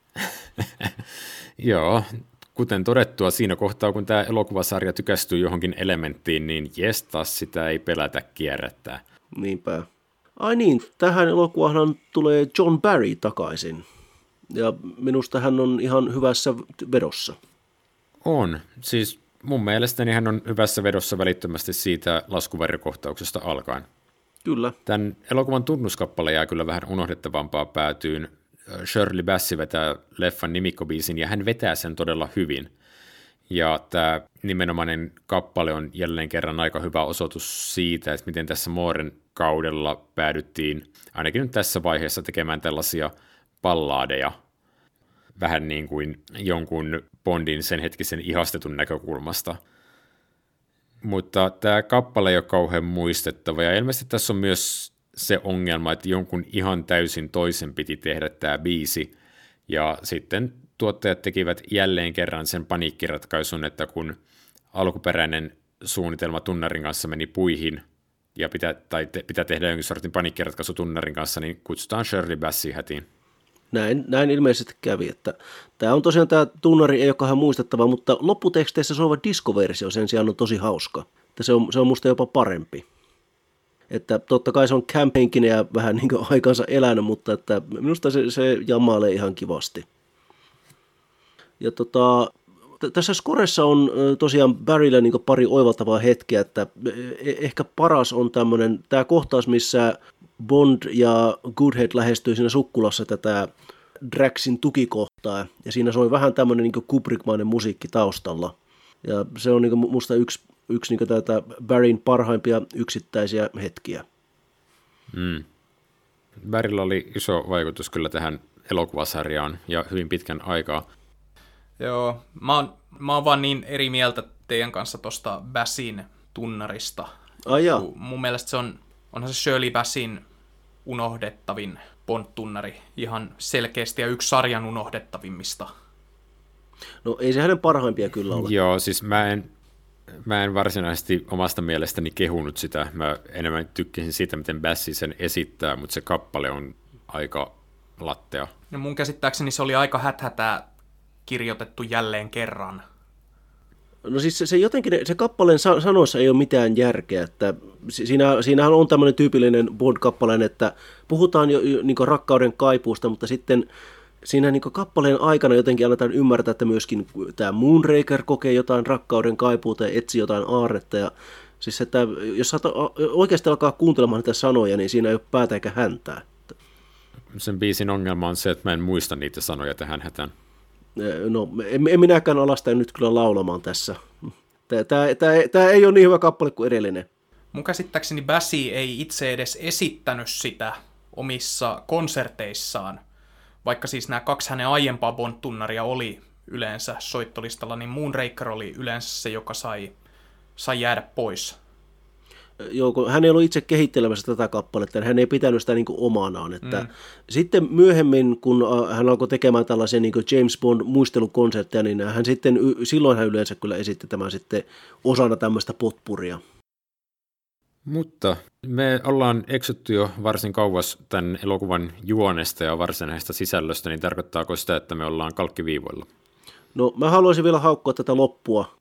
Joo, kuten todettua, siinä kohtaa, kun tämä elokuvasarja tykästyy johonkin elementtiin, niin jestas, sitä ei pelätä kierrättää. Niinpä. Ai niin, tähän elokuvahan tulee John Barry takaisin. Ja minusta hän on ihan hyvässä vedossa. On. Siis mun mielestäni hän on hyvässä vedossa välittömästi siitä laskuvarjokohtauksesta alkaen. Kyllä. Tämän elokuvan tunnuskappale jää kyllä vähän unohdettavampaa päätyyn. Shirley Bassey vetää leffan nimikkobiisin ja hän vetää sen todella hyvin. Ja tämä nimenomainen kappale on jälleen kerran aika hyvä osoitus siitä, että miten tässä Mooren kaudella päädyttiin, ainakin nyt tässä vaiheessa, tekemään tällaisia ballaadeja, vähän niin kuin jonkun Bondin sen hetkisen ihastetun näkökulmasta. Mutta tämä kappale ei ole kauhean muistettava, ja ilmeisesti tässä on myös se ongelma, että jonkun ihan täysin toisen piti tehdä tämä biisi, ja sitten tuottajat tekivät jälleen kerran sen paniikkiratkaisun, että kun alkuperäinen suunnitelma tunnarin kanssa meni puihin, ja pitää, tai te, pitää tehdä jonkin sortin paniikkiratkaisu tunnarin kanssa, niin kutsutaan Shirley Bassey hätiin. Näin, näin ilmeisesti kävi, että tämä on tosiaan tämä tunnari, ei olekaan muistettava, mutta lopputeksteissä soiva diskoversio sen sijaan on tosi hauska. Että se on, se on musta jopa parempi. Että totta kai se on campaignkin ja vähän niin kuin aikansa elänyt, mutta että minusta se, se jamailee ihan kivasti. Ja tota, t- tässä scoressa on tosiaan Barrylle niin kuin pari oivaltavaa hetkeä, että ehkä paras on tämmöinen, tämä kohtaus, missä Bond ja Goodhead lähestyy siinä sukkulassa tätä Draxin tukikohtaa, ja siinä soi vähän tämmöinen niin kuin Kubrickmainen musiikki taustalla. Ja se on niin kuin musta yksi, yksi niin kuin tätä Barryn parhaimpia yksittäisiä hetkiä. Mm. Barrylla oli iso vaikutus kyllä tähän elokuvasarjaan ja hyvin pitkän aikaa. Joo, mä oon, mä oon vaan niin eri mieltä teidän kanssa tuosta Bassin tunnarista. Ai jaa. Mun mielestä se on, onhan se Shirley Bassin unohdettavin Bond-tunnari ihan selkeästi ja yksi sarjan unohdettavimmista. No ei se hänen parhaimpia kyllä ole. Joo, siis mä en, mä en varsinaisesti omasta mielestäni kehunut sitä. Mä enemmän tykkäsin siitä, miten Bassey sen esittää, mutta se kappale on aika lattea. No mun käsittääkseni se oli aika häthätää kirjoitettu jälleen kerran. No siis se, se jotenkin, se kappaleen sanoissa ei ole mitään järkeä, että siinä, siinähän on tämmöinen tyypillinen Bond-kappaleen, että puhutaan jo, jo niin kuin rakkauden kaipuusta, mutta sitten siinä niin kuin kappaleen aikana jotenkin annetaan ymmärtää, että myöskin tämä Moonraker kokee jotain rakkauden kaipuuta ja etsii jotain aarretta. Ja siis että jos saat oikeasti alkaa kuuntelemaan niitä sanoja, niin siinä ei ole päätä eikä häntää. Sen biisin ongelma on se, että mä en muista niitä sanoja tähän hätään. No, en, en minäkään ala sitä nyt kyllä laulamaan tässä. Tämä, tämä, tämä, tämä ei ole niin hyvä kappale kuin edellinen. Mun käsittääkseni Bassey ei itse edes esittänyt sitä omissa konserteissaan, vaikka siis nämä kaksi hänen aiempaa Bond-tunnaria oli yleensä soittolistalla, niin Moonraker oli yleensä se, joka sai, sai jäädä pois. Joo, kun hän ei ollut itse kehittelemässä tätä kappaletta, hän ei pitänyt sitä niin kuin omanaan. Että Mm. Sitten myöhemmin, kun hän alkoi tekemään tällaisia niin kuin James Bond-muistelukonsertteja, niin hän sitten, silloin hän yleensä kyllä esitti tämän sitten osana tämmöistä potpuria. Mutta me ollaan eksytty jo varsin kauas tämän elokuvan juonesta ja varsinaisesta sisällöstä, niin tarkoittaako sitä, että me ollaan kalkkiviivoilla? No mä haluaisin vielä haukkua tätä loppua,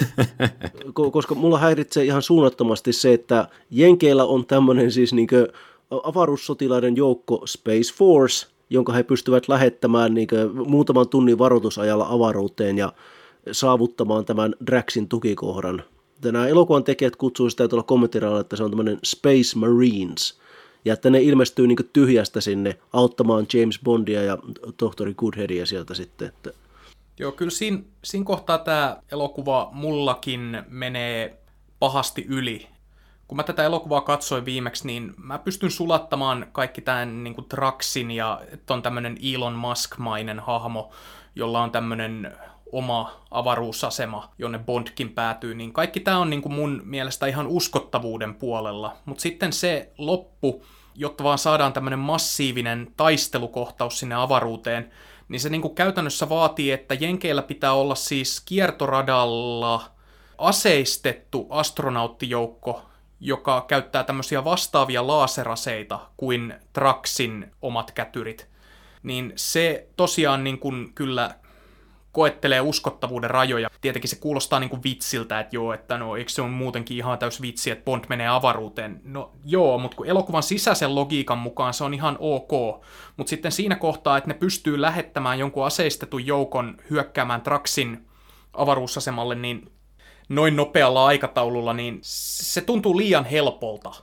koska mulla häiritsee ihan suunnattomasti se, että Jenkeillä on tämmöinen siis niinkö avaruussotilaiden joukko Space Force, jonka he pystyvät lähettämään niinkö muutaman tunnin varoitusajalla avaruuteen ja saavuttamaan tämän Draxin tukikohdan. Nämä elokuvan tekijät kutsuu sitä tuolla kommenttiralla, että se on tämmöinen Space Marines, ja että ne ilmestyy niinkö tyhjästä sinne auttamaan James Bondia ja tohtori Goodheadia sieltä sitten, että Joo, kyllä siinä, siinä kohtaa tämä elokuva mullakin menee pahasti yli. Kun mä tätä elokuvaa katsoin viimeksi, niin mä pystyn sulattamaan kaikki tämän niin kuin Draxin ja että on tämmöinen Elon Musk-mainen hahmo, jolla on tämmöinen oma avaruusasema, jonne Bondkin päätyy, niin kaikki tämä on niin kuin mun mielestä ihan uskottavuuden puolella. Mutta sitten se loppu, jotta vaan saadaan tämmöinen massiivinen taistelukohtaus sinne avaruuteen, niin se niin kuin käytännössä vaatii, että Jenkeillä pitää olla siis kiertoradalla aseistettu astronauttijoukko, joka käyttää tämmöisiä vastaavia laaseraseita kuin Draxin omat kätyrit. Niin se tosiaan niin kuin kyllä koettelee uskottavuuden rajoja. Tietenkin se kuulostaa niin kuin vitsiltä, että joo, että no eikö se on muutenkin ihan täys vitsi, että Bond menee avaruuteen. No joo, mutta kun elokuvan sisäisen logiikan mukaan se on ihan ok. Mutta sitten siinä kohtaa, että ne pystyy lähettämään jonkun aseistetun joukon hyökkäämään Draxin avaruusasemalle, niin noin nopealla aikataululla, niin se tuntuu liian helpolta.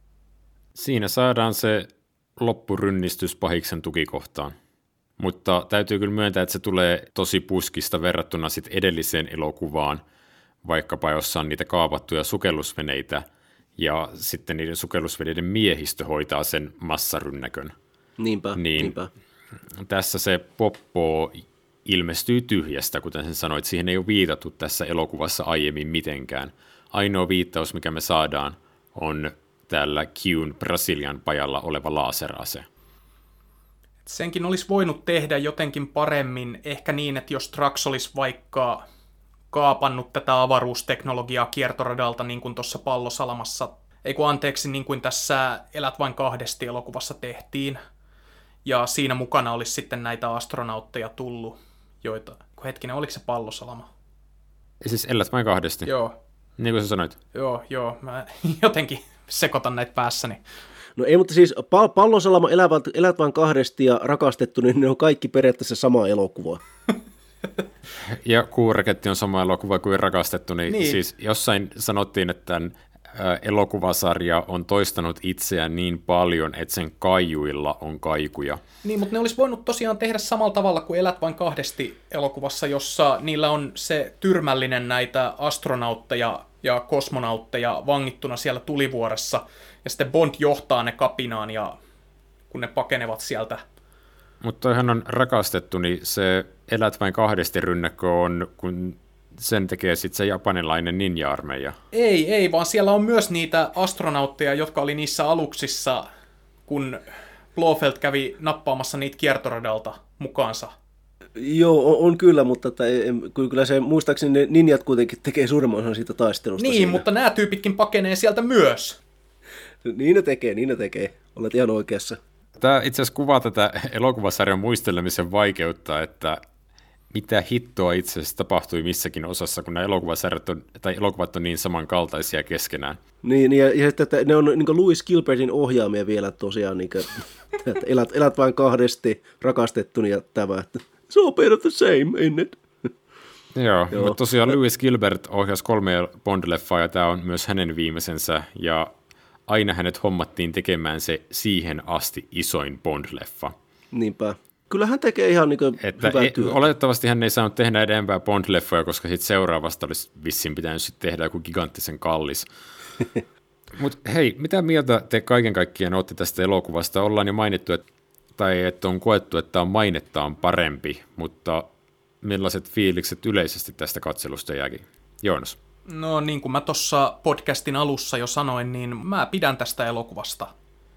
Siinä saadaan se loppurynnistys pahiksen tukikohtaan. Mutta täytyy kyllä myöntää, että se tulee tosi puskista verrattuna sit edelliseen elokuvaan, vaikkapa jossa on niitä kaapattuja sukellusveneitä, ja sitten niiden sukellusveneiden miehistö hoitaa sen massarynnäkön. Niinpä, niin niinpä. Tässä se poppo ilmestyy tyhjästä, kuten sen sanoit. Siihen ei ole viitattu tässä elokuvassa aiemmin mitenkään. Ainoa viittaus, mikä me saadaan, on täällä Qn Brasilian pajalla oleva laaserase. Senkin olisi voinut tehdä jotenkin paremmin, ehkä niin, että jos Drax olisi vaikka kaapannut tätä avaruusteknologiaa kiertoradalta niin kuin tuossa Pallosalamassa, ei kun anteeksi, niin kuin tässä Elät vain kahdesti -elokuvassa tehtiin, ja siinä mukana olisi sitten näitä astronautteja tullut, joita, kun hetkinen, oliko se Pallosalama? Ja siis Elät vain kahdesti? Joo. Niin kuin sä sanoit? Joo, joo, mä jotenkin sekoitan näitä päässäni. No ei, mutta siis pa- Pallosalama, Elät, Elät vain kahdesti ja Rakastettu, niin ne on kaikki periaatteessa sama elokuva. Ja Kuuraketti on sama elokuva kuin Rakastettu, niin, niin. Siis jossain sanottiin, että tämän elokuvasarja on toistanut itseään niin paljon, että sen kaijuilla on kaikuja. Niin, mutta ne olisi voinut tosiaan tehdä samalla tavalla kuin Elät vain kahdesti -elokuvassa, jossa niillä on se tyrmällinen näitä astronautteja ja kosmonautteja vangittuna siellä tulivuoressa, ja sitten Bond johtaa ne kapinaan, ja kun ne pakenevat sieltä. Mutta toihan on Rakastettu, niin se Elät vain kahdesti -rynnäkkö on, kun sen tekee sitten se japanilainen ninja-armeija. Ei, ei, vaan siellä on myös niitä astronautteja, jotka oli niissä aluksissa, kun Blofeld kävi nappaamassa niitä kiertoradalta mukaansa. Joo, on, on kyllä, mutta että, kyllä se muistaakseni ne ninjat kuitenkin tekee suurimman osan siitä taistelusta. Niin, siinä. mutta nämä tyypitkin pakenee sieltä myös. Niin ne tekee, niin ne tekee. Olet ihan oikeassa. Tämä itse asiassa kuvaa tätä elokuvasarjan muistelemisen vaikeutta, että mitä hittoa itse asiassa tapahtui missäkin osassa, kun nämä elokuvasarjat on, tai elokuvat on niin samankaltaisia keskenään. Niin, ja, ja että ne on niin kuin Louis Gilbertin ohjaamia vielä tosiaan, niin kuin, että elät, elät vain kahdesti, Rakastettu ja tämä, että it's all bit of the same, ain't it? Joo, Joo. Mutta tosiaan Louis Gilbert ohjasi kolme Bond-leffaa, ja tämä on myös hänen viimeisensä, ja aina hänet hommattiin tekemään se siihen asti isoin Bond-leffa. Niinpä. Kyllä hän tekee ihan niin kuin että hyvää ei, työtä. Oletettavasti hän ei saanut tehdä enempää Bond-leffoja, koska sit seuraavasta olisi vissiin pitänyt sit tehdä joku giganttisen kallis. Mutta hei, mitä mieltä te kaiken kaikkiaan olette tästä elokuvasta? Ollaan jo mainittu, että, tai että on koettu, että on mainettaan parempi, mutta millaiset fiilikset yleisesti tästä katselusta jääkin? Joonas? No niin kuin mä tuossa podcastin alussa jo sanoin, niin mä pidän tästä elokuvasta.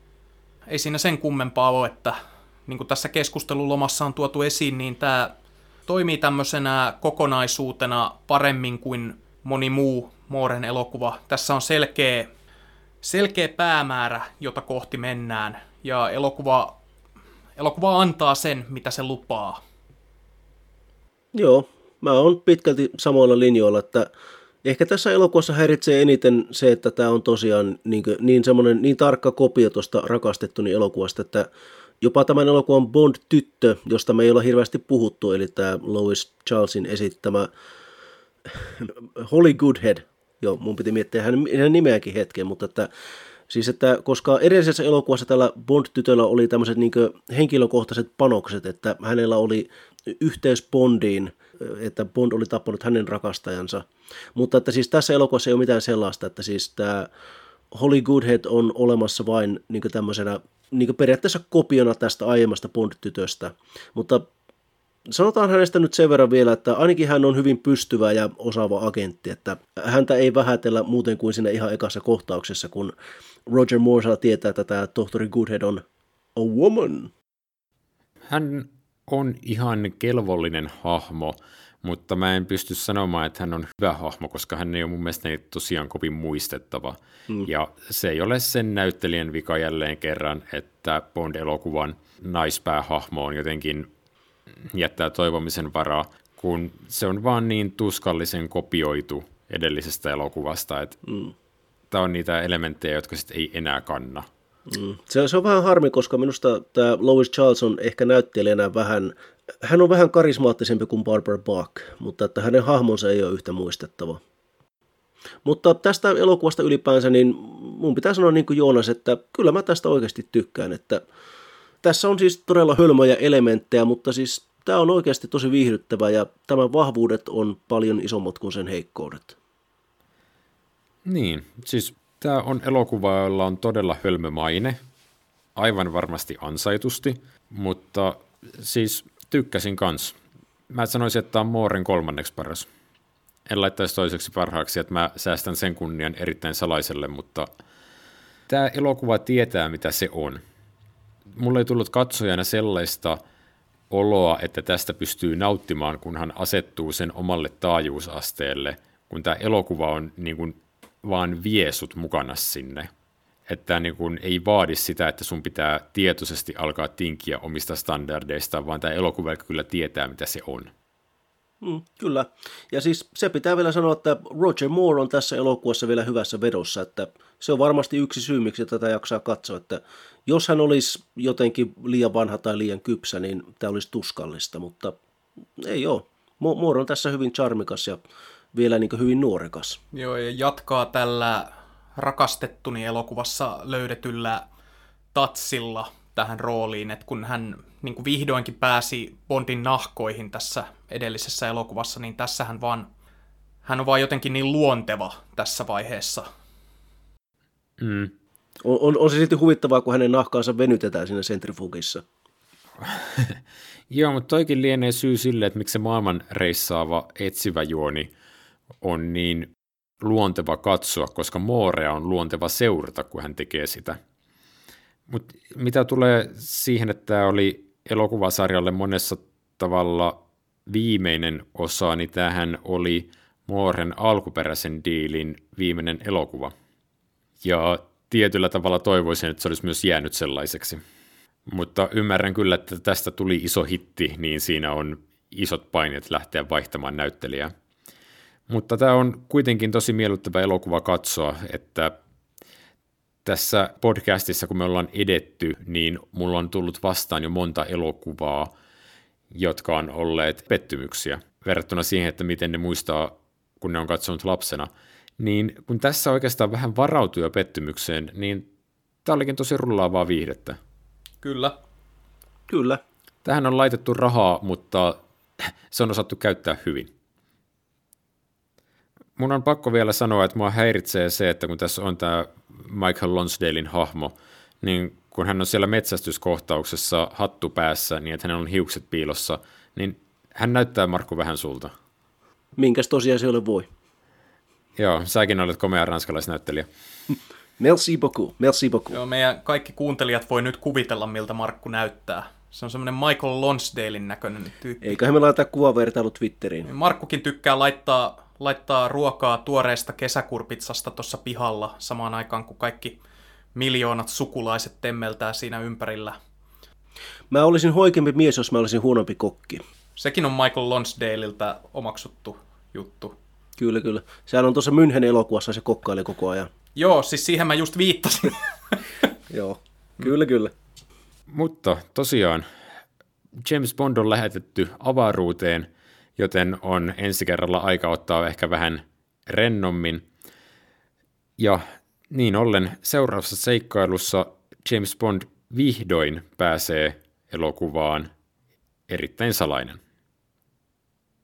Ei siinä sen kummempaa ole, että niin kuin tässä keskustelulomassa on tuotu esiin, niin tämä toimii tämmöisenä kokonaisuutena paremmin kuin moni muu Mooren elokuva. Tässä on selkeä, selkeä päämäärä, jota kohti mennään, ja elokuva, elokuva antaa sen, mitä se lupaa. Joo, mä oon pitkälti samoilla linjoilla, että ehkä tässä elokuvassa häiritsee eniten se, että tämä on tosiaan niin, niin, semmoinen, niin tarkka kopio tuosta Rakastettuni elokuvasta, että jopa tämän elokuvan Bond-tyttö, josta me ei olla hirveästi puhuttu, eli tämä Lois Charlesin esittämä Holly Goodhead, joo, mun piti miettiä hänen nimeäkin hetken, mutta että, siis että koska edellisessä elokuvassa tällä Bond-tytöllä oli tämmöiset niin henkilökohtaiset panokset, että hänellä oli yhteys Bondiin, että Bond oli tappanut hänen rakastajansa, mutta että siis tässä elokuvassa ei ole mitään sellaista, että siis tämä Holly Goodhead on olemassa vain niin tämmöisenä niin periaatteessa kopiona tästä aiemmasta Bond-tytöstä, mutta sanotaan hänestä nyt sen verran vielä, että ainakin hän on hyvin pystyvä ja osaava agentti, että häntä ei vähätellä muuten kuin siinä ihan ekassa kohtauksessa, kun Roger Moore saa tietää, että tämä tohtori Goodhead on a woman. Hän on ihan kelvollinen hahmo, mutta mä en pysty sanomaan, että hän on hyvä hahmo, koska hän ei ole mun mielestä tosiaan kovin muistettava. Mm. Ja se ei ole sen näyttelijän vika jälleen kerran, että Bond-elokuvan naispäähahmo on jotenkin jättää toivomisen varaa, kun se on vaan niin tuskallisen kopioitu edellisestä elokuvasta, että mm. tämä on niitä elementtejä, jotka sitten ei enää kanna. Mm. Se, se on vähän harmi, koska minusta tämä Lois Charles on ehkä näyttelijänä vähän, hän on vähän karismaattisempi kuin Barbara Bach, mutta että hänen hahmonsa ei ole yhtä muistettava. Mutta tästä elokuvasta ylipäänsä, niin mun pitää sanoa niin kuin Joonas, että kyllä mä tästä oikeasti tykkään, että tässä on siis todella hölmöjä elementtejä, mutta siis tämä on oikeasti tosi viihdyttävä ja tämän vahvuudet on paljon isommat kuin sen heikkoudet. Niin, siis tämä on elokuva, jolla on todella hölmö maine, aivan varmasti ansaitusti, mutta siis tykkäsin kans. Mä sanoisin, että tämä on Mooren kolmanneksi paras. En laittaisi toiseksi parhaaksi, että mä säästän sen kunnian erittäin salaiselle, mutta tämä elokuva tietää, mitä se on. mulla ei tullut katsojana sellaista oloa, että tästä pystyy nauttimaan, kun hän asettuu sen omalle taajuusasteelle, kun tämä elokuva on niin kuin, vaan vie sut mukana sinne. Että niin kuin, ei vaadi sitä, että sun pitää tietoisesti alkaa tinkiä omista standardeista, vaan tämä elokuva kyllä tietää, mitä se on. Mm, kyllä. Ja siis se pitää vielä sanoa, että Roger Moore on tässä elokuvassa vielä hyvässä vedossa, että se on varmasti yksi syy, miksi tätä jaksaa katsoa, että jos hän olisi jotenkin liian vanha tai liian kypsä, niin tämä olisi tuskallista, mutta ei ole. Moore on tässä hyvin charmikas ja vielä niin kuin hyvin nuorekas. Joo, ja jatkaa tällä Rakastettuni elokuvassa löydetyllä tatsilla tähän rooliin, että kun hän niin kuin vihdoinkin pääsi Bondin nahkoihin tässä edellisessä elokuvassa, niin tässä hän vaan, hän on vaan jotenkin niin luonteva tässä vaiheessa. Mm. On, on, on se sitten huvittavaa, kun hänen nahkaansa venytetään siinä sentrifugissa. Joo, mutta toikin lienee syy sille, että miksi se maailman reissaava etsivä juoni on niin luonteva katsoa, koska Moorea on luonteva seurata, kun hän tekee sitä. Mutta mitä tulee siihen, että tämä oli elokuvasarjalle monessa tavalla viimeinen osa, niin tämähän oli Mooren alkuperäisen diilin viimeinen elokuva. Ja tietyllä tavalla toivoisin, että se olisi myös jäänyt sellaiseksi. Mutta ymmärrän kyllä, että tästä tuli iso hitti, niin siinä on isot paineet lähteä vaihtamaan näyttelijää. Mutta tämä on kuitenkin tosi miellyttävä elokuva katsoa, että tässä podcastissa, kun me ollaan edetty, niin mulla on tullut vastaan jo monta elokuvaa, jotka on olleet pettymyksiä verrattuna siihen, että miten ne muistaa, kun ne on katsonut lapsena. Niin kun tässä oikeastaan vähän varautuu jo pettymykseen, niin tämä olikin tosi rullaavaa viihdettä. Kyllä. Kyllä. Tähän on laitettu rahaa, mutta se on osattu käyttää hyvin. Mun on pakko vielä sanoa, että mua häiritsee se, että kun tässä on tämä Michael Lonsdalen hahmo, niin kun hän on siellä metsästyskohtauksessa hattu päässä, niin että hänellä on hiukset piilossa, niin hän näyttää, Markku, vähän sulta. Minkäs tosiasioille voi? Joo, säkin olet komea ranskalaisnäyttelijä. Merci beaucoup, merci beaucoup. Joo, meidän kaikki kuuntelijat voi nyt kuvitella, miltä Markku näyttää. Se on semmoinen Michael Lonsdalen näköinen tyyppi. Eiköhän me laita kuvavertailu Twitteriin. Markkukin tykkää laittaa, laittaa ruokaa tuoreesta kesäkurpitsasta tuossa pihalla samaan aikaan, kun kaikki miljoonat sukulaiset temmeltää siinä ympärillä. Mä olisin hoikempi mies, jos mä olisin huonompi kokki. Sekin on Michael Lonsdaleltä omaksuttu juttu. Kyllä, kyllä. Sehän on tuossa München elokuvassa, se kokkaili koko ajan. Joo, siis siihen mä just viittasin. Joo, kyllä, kyllä. Mutta tosiaan, James Bond on lähetetty avaruuteen, joten on ensi kerralla aika ottaa ehkä vähän rennommin. Ja niin ollen seuraavassa seikkailussa James Bond vihdoin pääsee elokuvaan Erittäin salainen.